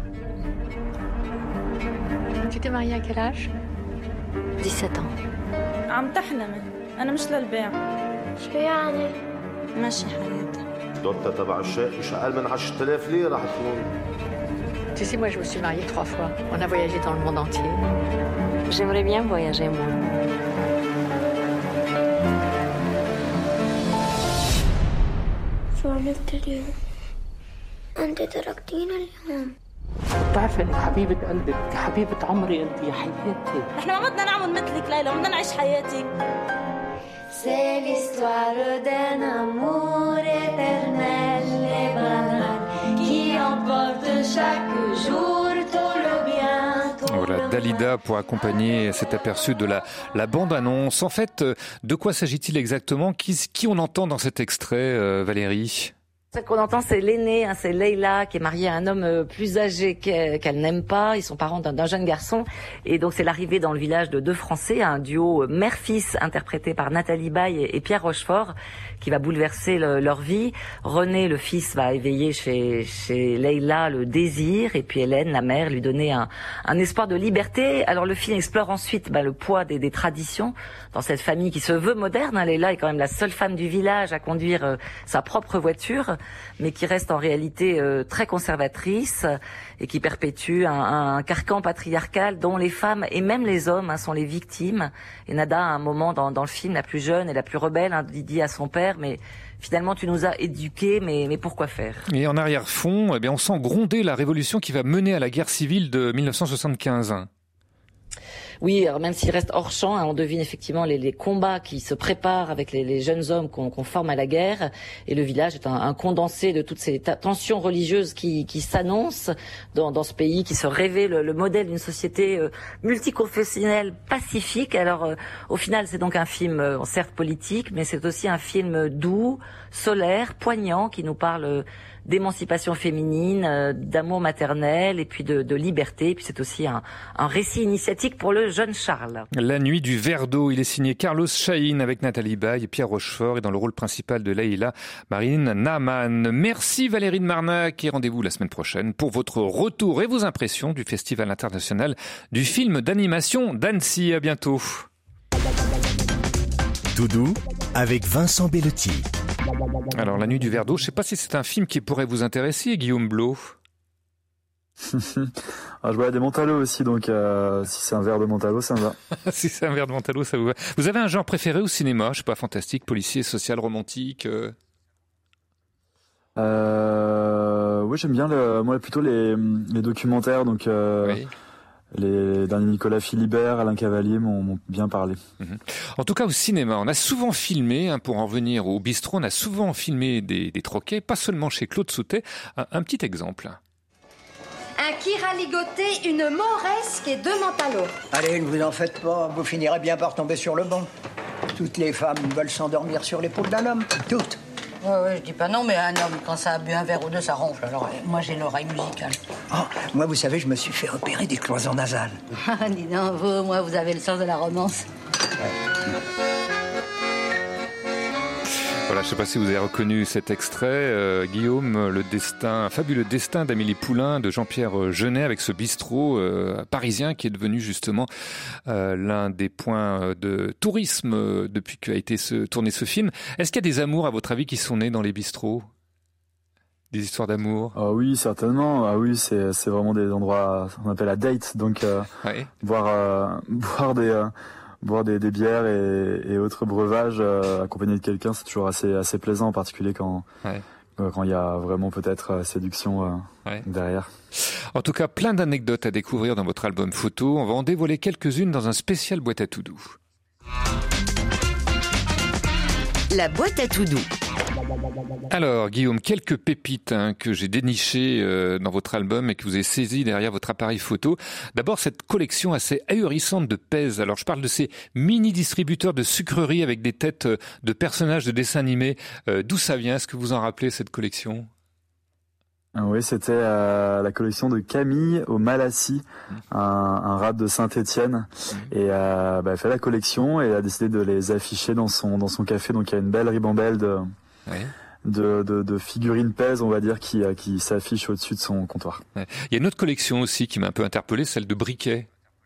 Tu t'es mariée à quel âge ? dix-sept ans. عم تحلمي أنا مش للبيع. شو يعني؟ ماشي حياتي. دوتة تبع الشقة شقال من عشرة آلاف ليرة حتكون. Tu sais, moi je me suis mariée trois fois. On a voyagé dans le monde entier. J'aimerais bien voyager moi. شو عملت اليوم؟ أنت تركتينا اليوم. بتعرفي انك حبيبة قلبك، حبيبة عمري انت يا حياتي. احنا ما بدنا نعمل مثلك ليلى، بدنا نعيش حياتك. C'est l'histoire d'un amour éternel et banal qui emporte chaque jour tout le bien. Voilà, Dalida pour accompagner cet aperçu de la, la bande-annonce. En fait, de quoi s'agit-il exactement ? Qui, qui on entend dans cet extrait, euh, Valérie ? Ce qu'on entend, c'est l'aînée, hein, c'est Leila, qui est mariée à un homme plus âgé qu'elle, qu'elle n'aime pas. Ils sont parents d'un, d'un jeune garçon. Et donc, c'est l'arrivée dans le village de deux Français, un duo mère-fils interprété par Nathalie Baye et Pierre Rochefort, qui va bouleverser le, leur vie. René, le fils, va éveiller chez, chez Leila le désir. Et puis Hélène, la mère, lui donner un, un espoir de liberté. Alors, le film explore ensuite bah, le poids des, des traditions dans cette famille qui se veut moderne. Hein. Leila est quand même la seule femme du village à conduire euh, sa propre voiture, mais qui reste en réalité euh, très conservatrice et qui perpétue un, un carcan patriarcal dont les femmes et même les hommes hein, sont les victimes. Et Nada, à un moment dans, dans le film, la plus jeune et la plus rebelle, hein, dit à son père, mais finalement tu nous as éduqués, mais, mais pourquoi faire ? Et en arrière-fond, eh bien, on sent gronder la révolution qui va mener à la guerre civile de mille neuf cent soixante-quinze. Oui, alors même s'il reste hors champ, hein, on devine effectivement les, les combats qui se préparent avec les, les jeunes hommes qu'on, qu'on forme à la guerre. Et le village est un, un condensé de toutes ces ta- tensions religieuses qui, qui s'annoncent dans, dans ce pays, qui se rêvait le, le modèle d'une société euh, multiconfessionnelle pacifique. Alors, euh, au final, c'est donc un film euh, certes politique, mais c'est aussi un film doux, solaire, poignant, qui nous parle euh, d'émancipation féminine, euh, d'amour maternel et puis de, de liberté. Et puis c'est aussi un, un récit initiatique pour le jeune Charles. La nuit du verre d'eau, il est signé Carlos Chahine avec Nathalie Baye et Pierre Rochefort et dans le rôle principal de Leila Marine Naaman. Merci Valérie de Marnac et rendez-vous la semaine prochaine pour votre retour et vos impressions du Festival international du film d'animation d'Annecy. À bientôt. Tout doux avec Vincent Bellotti. Alors, La Nuit du verre d'eau, je ne sais pas si c'est un film qui pourrait vous intéresser, Guillaume Blot. Alors, je bois des Montalo aussi, donc euh, si c'est un verre de Montalo, ça me va. Si c'est un verre de Montalo, ça vous va. Vous avez un genre préféré au cinéma? Je sais pas, fantastique, policier, social, romantique euh... Euh, oui, j'aime bien le, moi plutôt les, les documentaires, donc euh, oui. Les derniers Nicolas Philibert, Alain Cavalier m'ont, m'ont bien parlé. Mmh. En tout cas, au cinéma, on a souvent filmé, hein, pour en revenir au bistrot, on a souvent filmé des, des troquets, pas seulement chez Claude Sautet. Un, un petit exemple. Un kira ligoté, une mauresque et deux Montalo. Allez, ne vous en faites pas, vous finirez bien par tomber sur le banc. Toutes les femmes veulent s'endormir sur l'épaule d'un homme, toutes. Ouais, ouais, je dis pas non, mais un homme, quand ça a bu un verre ou deux, ça ronfle. Alors, moi, j'ai l'oreille musicale. Oh, moi, vous savez, je me suis fait opérer des cloisons nasales. Ah, dis donc, vous, moi, vous avez le sens de la romance. Ouais. Voilà, je ne sais pas si vous avez reconnu cet extrait, euh, Guillaume, le destin, un fabuleux destin d'Amélie Poulain, de Jean-Pierre Jeunet, avec ce bistrot euh, parisien qui est devenu justement euh, l'un des points de tourisme euh, depuis qu'a été ce, tourné ce film. Est-ce qu'il y a des amours, à votre avis, qui sont nés dans les bistrots? Des histoires d'amour? Ah oui, certainement. Ah oui, c'est, c'est vraiment des endroits, on appelle à date, donc euh, ouais. boire, euh, boire des... Euh, boire des, des bières et, et autres breuvages euh, accompagné de quelqu'un, c'est toujours assez assez plaisant, en particulier quand ouais. euh, quand il y a vraiment peut-être euh, séduction euh, ouais. derrière. En tout cas, plein d'anecdotes à découvrir dans votre album photo. On va en dévoiler quelques-unes dans un spécial boîte à tout doux. La boîte à tout doux. Alors, Guillaume, quelques pépites hein, que j'ai dénichées euh, dans votre album et que vous avez saisies derrière votre appareil photo. D'abord, cette collection assez ahurissante de Pèse. Alors, je parle de ces mini-distributeurs de sucreries avec des têtes de personnages de dessins animés. Euh, d'où ça vient? Est-ce que vous en rappelez, cette collection? Oui, c'était euh, la collection de Camille au Malassis, mmh. un, un rap de Saint-Étienne, mmh. et euh, bah, elle fait la collection et a décidé de les afficher dans son dans son café. Donc il y a une belle ribambelle de oui. de, de, de figurines Pèse, on va dire, qui qui s'affiche au-dessus de son comptoir. Ouais. Il y a une autre collection aussi qui m'a un peu interpellé, celle de briquets.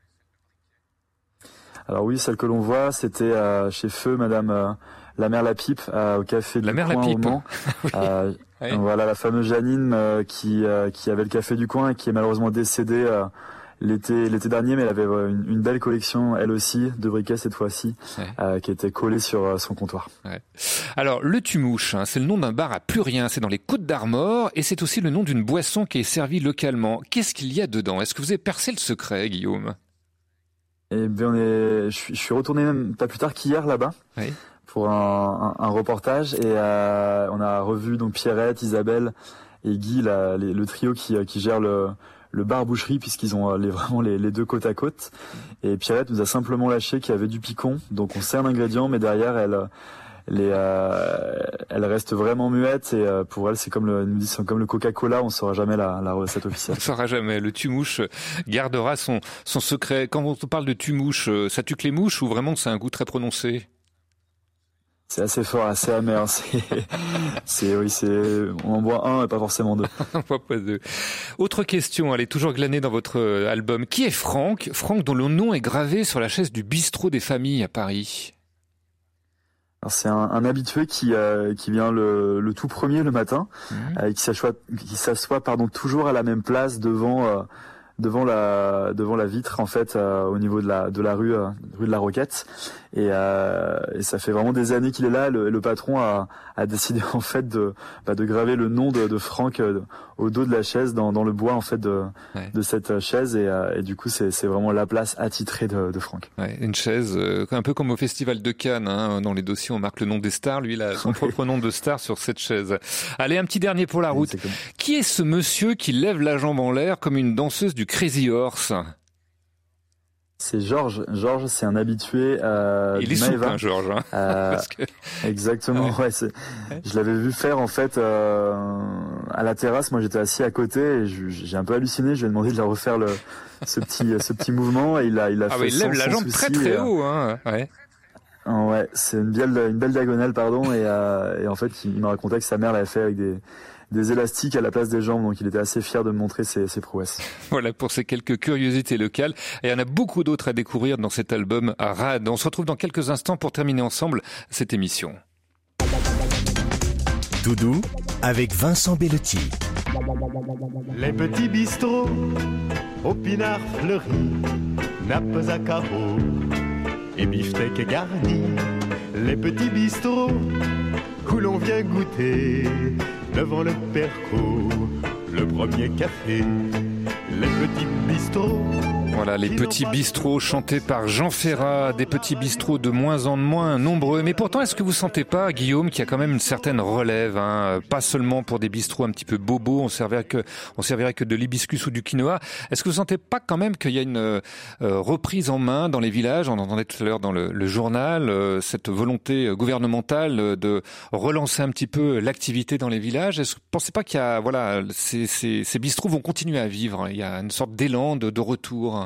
Alors oui, celle que l'on voit, c'était euh, chez Feu Madame euh, la Mère Lapipe euh, au café du la coin au Mans. oui. euh, oui. Voilà la fameuse Janine euh, qui euh, qui avait le café du coin et qui est malheureusement décédée euh, l'été l'été dernier, mais elle avait euh, une, une belle collection elle aussi de briquets cette fois-ci, ouais. euh, qui était collée sur euh, son comptoir. Ouais. Alors le Tumouche, hein, c'est le nom d'un bar à Plurien, c'est dans les Côtes d'Armor et c'est aussi le nom d'une boisson qui est servie localement. Qu'est-ce qu'il y a dedans? Est-ce que vous avez percé le secret, Guillaume? Eh bien, on est, je suis, je suis retourné même pas plus tard qu'hier là-bas. Oui. Pour un, un, un reportage et euh, on a revu donc Pierrette, Isabelle et Guy, la, les, le trio qui, qui gère le, le bar boucherie puisqu'ils ont les, vraiment les, les deux côte à côte. Et Pierrette nous a simplement lâché qu'il y avait du picon, donc on sert l'ingrédient, mais derrière elle, les, euh, elle reste vraiment muette et euh, pour elle c'est comme le, nous dit, c'est comme le Coca-Cola, on saura jamais la, la recette officielle. On saura jamais. Le Tumouche gardera son, son secret. Quand on parle de Tumouche, ça tue que les mouches ou vraiment c'est un goût très prononcé? C'est assez fort, assez amer. C'est, c'est, oui, c'est, on en boit un et pas forcément deux. On en boit pas deux. Autre question, elle est toujours glanée dans votre album. Qui est Franck? Franck dont le nom est gravé sur la chaise du bistrot des familles à Paris. Alors c'est un, un habitué qui, euh, qui vient le, le tout premier le matin, mmh. euh, qui s'assoit, qui s'assoit, pardon, toujours à la même place devant, euh, devant la, devant la vitre en fait, euh, au niveau de la, de la rue, euh, rue de la Roquette. Et, euh, et ça fait vraiment des années qu'il est là. Le, le patron a, a décidé en fait de, bah, de graver le nom de, de Franck euh, au dos de la chaise, dans, dans le bois en fait de, ouais. de cette chaise. Et, euh, et du coup, c'est, c'est vraiment la place attitrée de, de Franck. Ouais, une chaise, euh, un peu comme au Festival de Cannes, hein, dans les dossiers on marque le nom des stars. Lui, il a son propre nom de star sur cette chaise. Allez, un petit dernier pour la route. Exactement. Qui est ce monsieur qui lève la jambe en l'air comme une danseuse du Crazy Horse? C'est Georges. Georges, c'est un habitué. Euh, Il est souple, hein, Georges. Hein, euh, parce que... Exactement. Ouais. Ouais, c'est... Je l'avais vu faire en fait euh, à la terrasse. Moi, j'étais assis à côté et je, j'ai un peu halluciné. Je lui ai demandé de la refaire le ce petit ce petit mouvement et il a il a ah fait. Ah, il lève la jambe très très haut. Hein. Ouais. Ouais, c'est une belle une belle diagonale, pardon. Et, euh, et en fait, il me racontait que sa mère l'avait fait avec des des élastiques à la place des jambes, donc il était assez fier de me montrer ses, ses prouesses. Voilà pour ces quelques curiosités locales. Et il y en a beaucoup d'autres à découvrir dans cet album à Rad. On se retrouve dans quelques instants pour terminer ensemble cette émission. Doudou avec Vincent Bellotti. Les petits bistrots au pinard fleuri, nappes à carreaux et beefsteak garni. Les petits bistrots où l'on vient goûter devant le perco le premier café. Les petits bistrots. Voilà, les petits bistrots chantés par Jean Ferrat, des petits bistrots de moins en moins nombreux. Mais pourtant, est-ce que vous sentez pas, Guillaume, qu'il y a quand même une certaine relève, hein, pas seulement pour des bistrots un petit peu bobos, on servirait que, on servirait que de l'hibiscus ou du quinoa. Est-ce que vous sentez pas quand même qu'il y a une euh, reprise en main dans les villages? On entendait tout à l'heure dans le, le journal euh, cette volonté gouvernementale de relancer un petit peu l'activité dans les villages. Est-ce que vous pensez pas qu'il y a, voilà, ces, ces, ces bistrots vont continuer à vivre? Il y a une sorte d'élan de, de retour.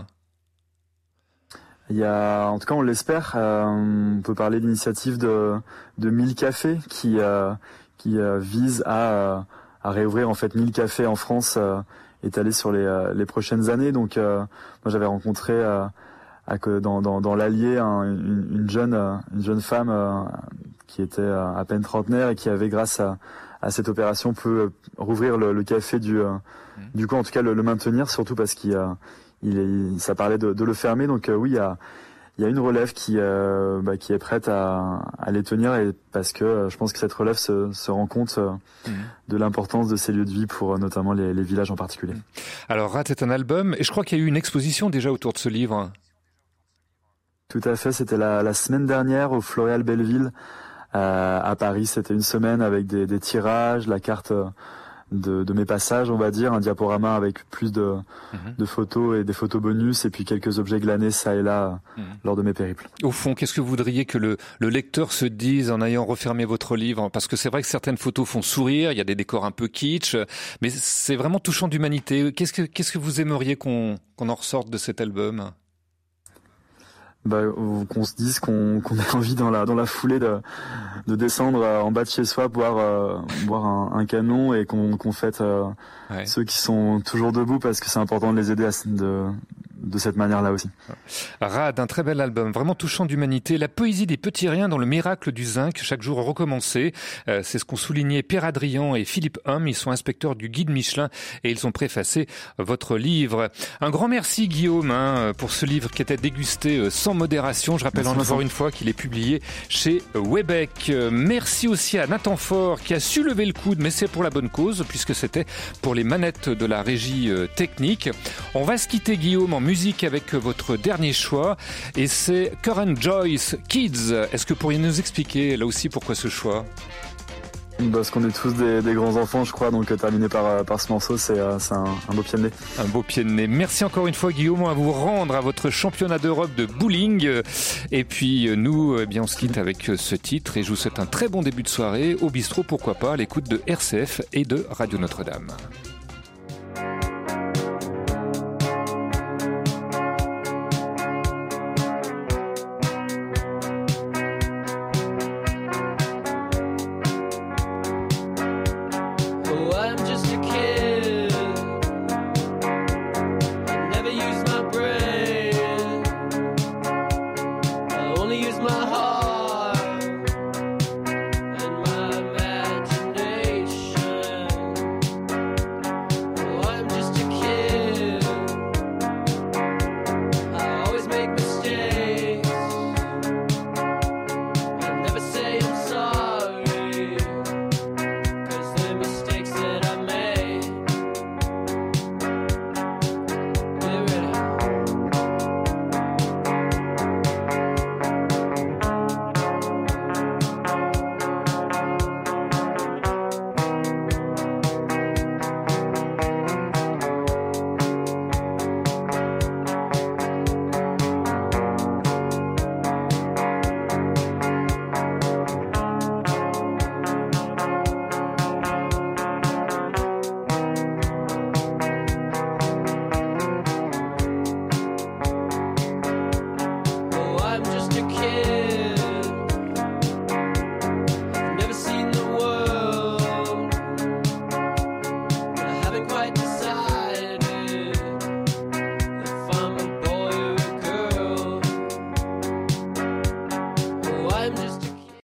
Il y a, en tout cas, on l'espère. Euh, on peut parler d'initiative de de mille cafés qui euh, qui euh, vise à euh, à réouvrir en fait mille cafés en France, euh, étalés sur les euh, les prochaines années. Donc, euh, moi, j'avais rencontré euh, à, dans dans dans l'Allier un, une, une jeune euh, une jeune femme euh, qui était euh, à peine trentenaire et qui avait, grâce à à cette opération, peut rouvrir le, le café du euh, mmh. du coup, en tout cas, le, le maintenir, surtout parce qu'il euh, Il, est, ça parlait de, de le fermer, donc euh, oui, il y a, il y a une relève qui, euh, bah, qui est prête à, à les tenir, et parce que euh, je pense que cette relève se, se rend compte euh, mmh. de l'importance de ces lieux de vie pour euh, notamment les, les villages en particulier. Alors, Rat est un album, et je crois qu'il y a eu une exposition déjà autour de ce livre. Tout à fait, c'était la, la semaine dernière au Floréal Belleville euh, à Paris. C'était une semaine avec des, des tirages, la carte euh, De, de mes passages, on va dire, un diaporama avec plus de, mmh. de photos et des photos bonus, et puis quelques objets glanés ça et là mmh. lors de mes périples. Au fond, qu'est-ce que vous voudriez que le, le lecteur se dise en ayant refermé votre livre? Parce que c'est vrai que certaines photos font sourire, il y a des décors un peu kitsch, mais c'est vraiment touchant d'humanité. Qu'est-ce que, qu'est-ce que vous aimeriez qu'on, qu'on en ressorte de cet album? Bah, qu'on se dise qu'on, qu'on ait envie dans la dans la foulée de de descendre en bas de chez soi, boire euh, boire un, un canon, et qu'on qu'on fête euh, ouais. ceux qui sont toujours debout, parce que c'est important de les aider à, de de cette manière-là aussi. Rad, un très bel album, vraiment touchant d'humanité. La poésie des petits riens dans le miracle du zinc, chaque jour recommencé. Euh, c'est ce qu'ont souligné Pierre Adrian et Philippe Homme. Ils sont inspecteurs du guide Michelin et ils ont préfacé votre livre. Un grand merci, Guillaume, hein, pour ce livre qui était dégusté sans modération. Je rappelle merci encore une fois qu'il est publié chez Webec. Merci aussi à Nathan Faure qui a su lever le coude, mais c'est pour la bonne cause, puisque c'était pour les manettes de la régie technique. On va se quitter, Guillaume, en musique avec votre dernier choix, et c'est Current Joyce, Kids. Est-ce que vous pourriez nous expliquer là aussi pourquoi ce choix? Parce qu'on est tous des, des grands enfants, je crois, donc terminer par, par ce morceau, c'est, c'est un, un beau pied de nez. Un beau pied de nez. Merci encore une fois, Guillaume, à vous rendre à votre championnat d'Europe de bowling. Et puis nous, eh bien, on se quitte avec ce titre, et je vous souhaite un très bon début de soirée au bistrot, pourquoi pas, à l'écoute de R C F et de Radio Notre-Dame.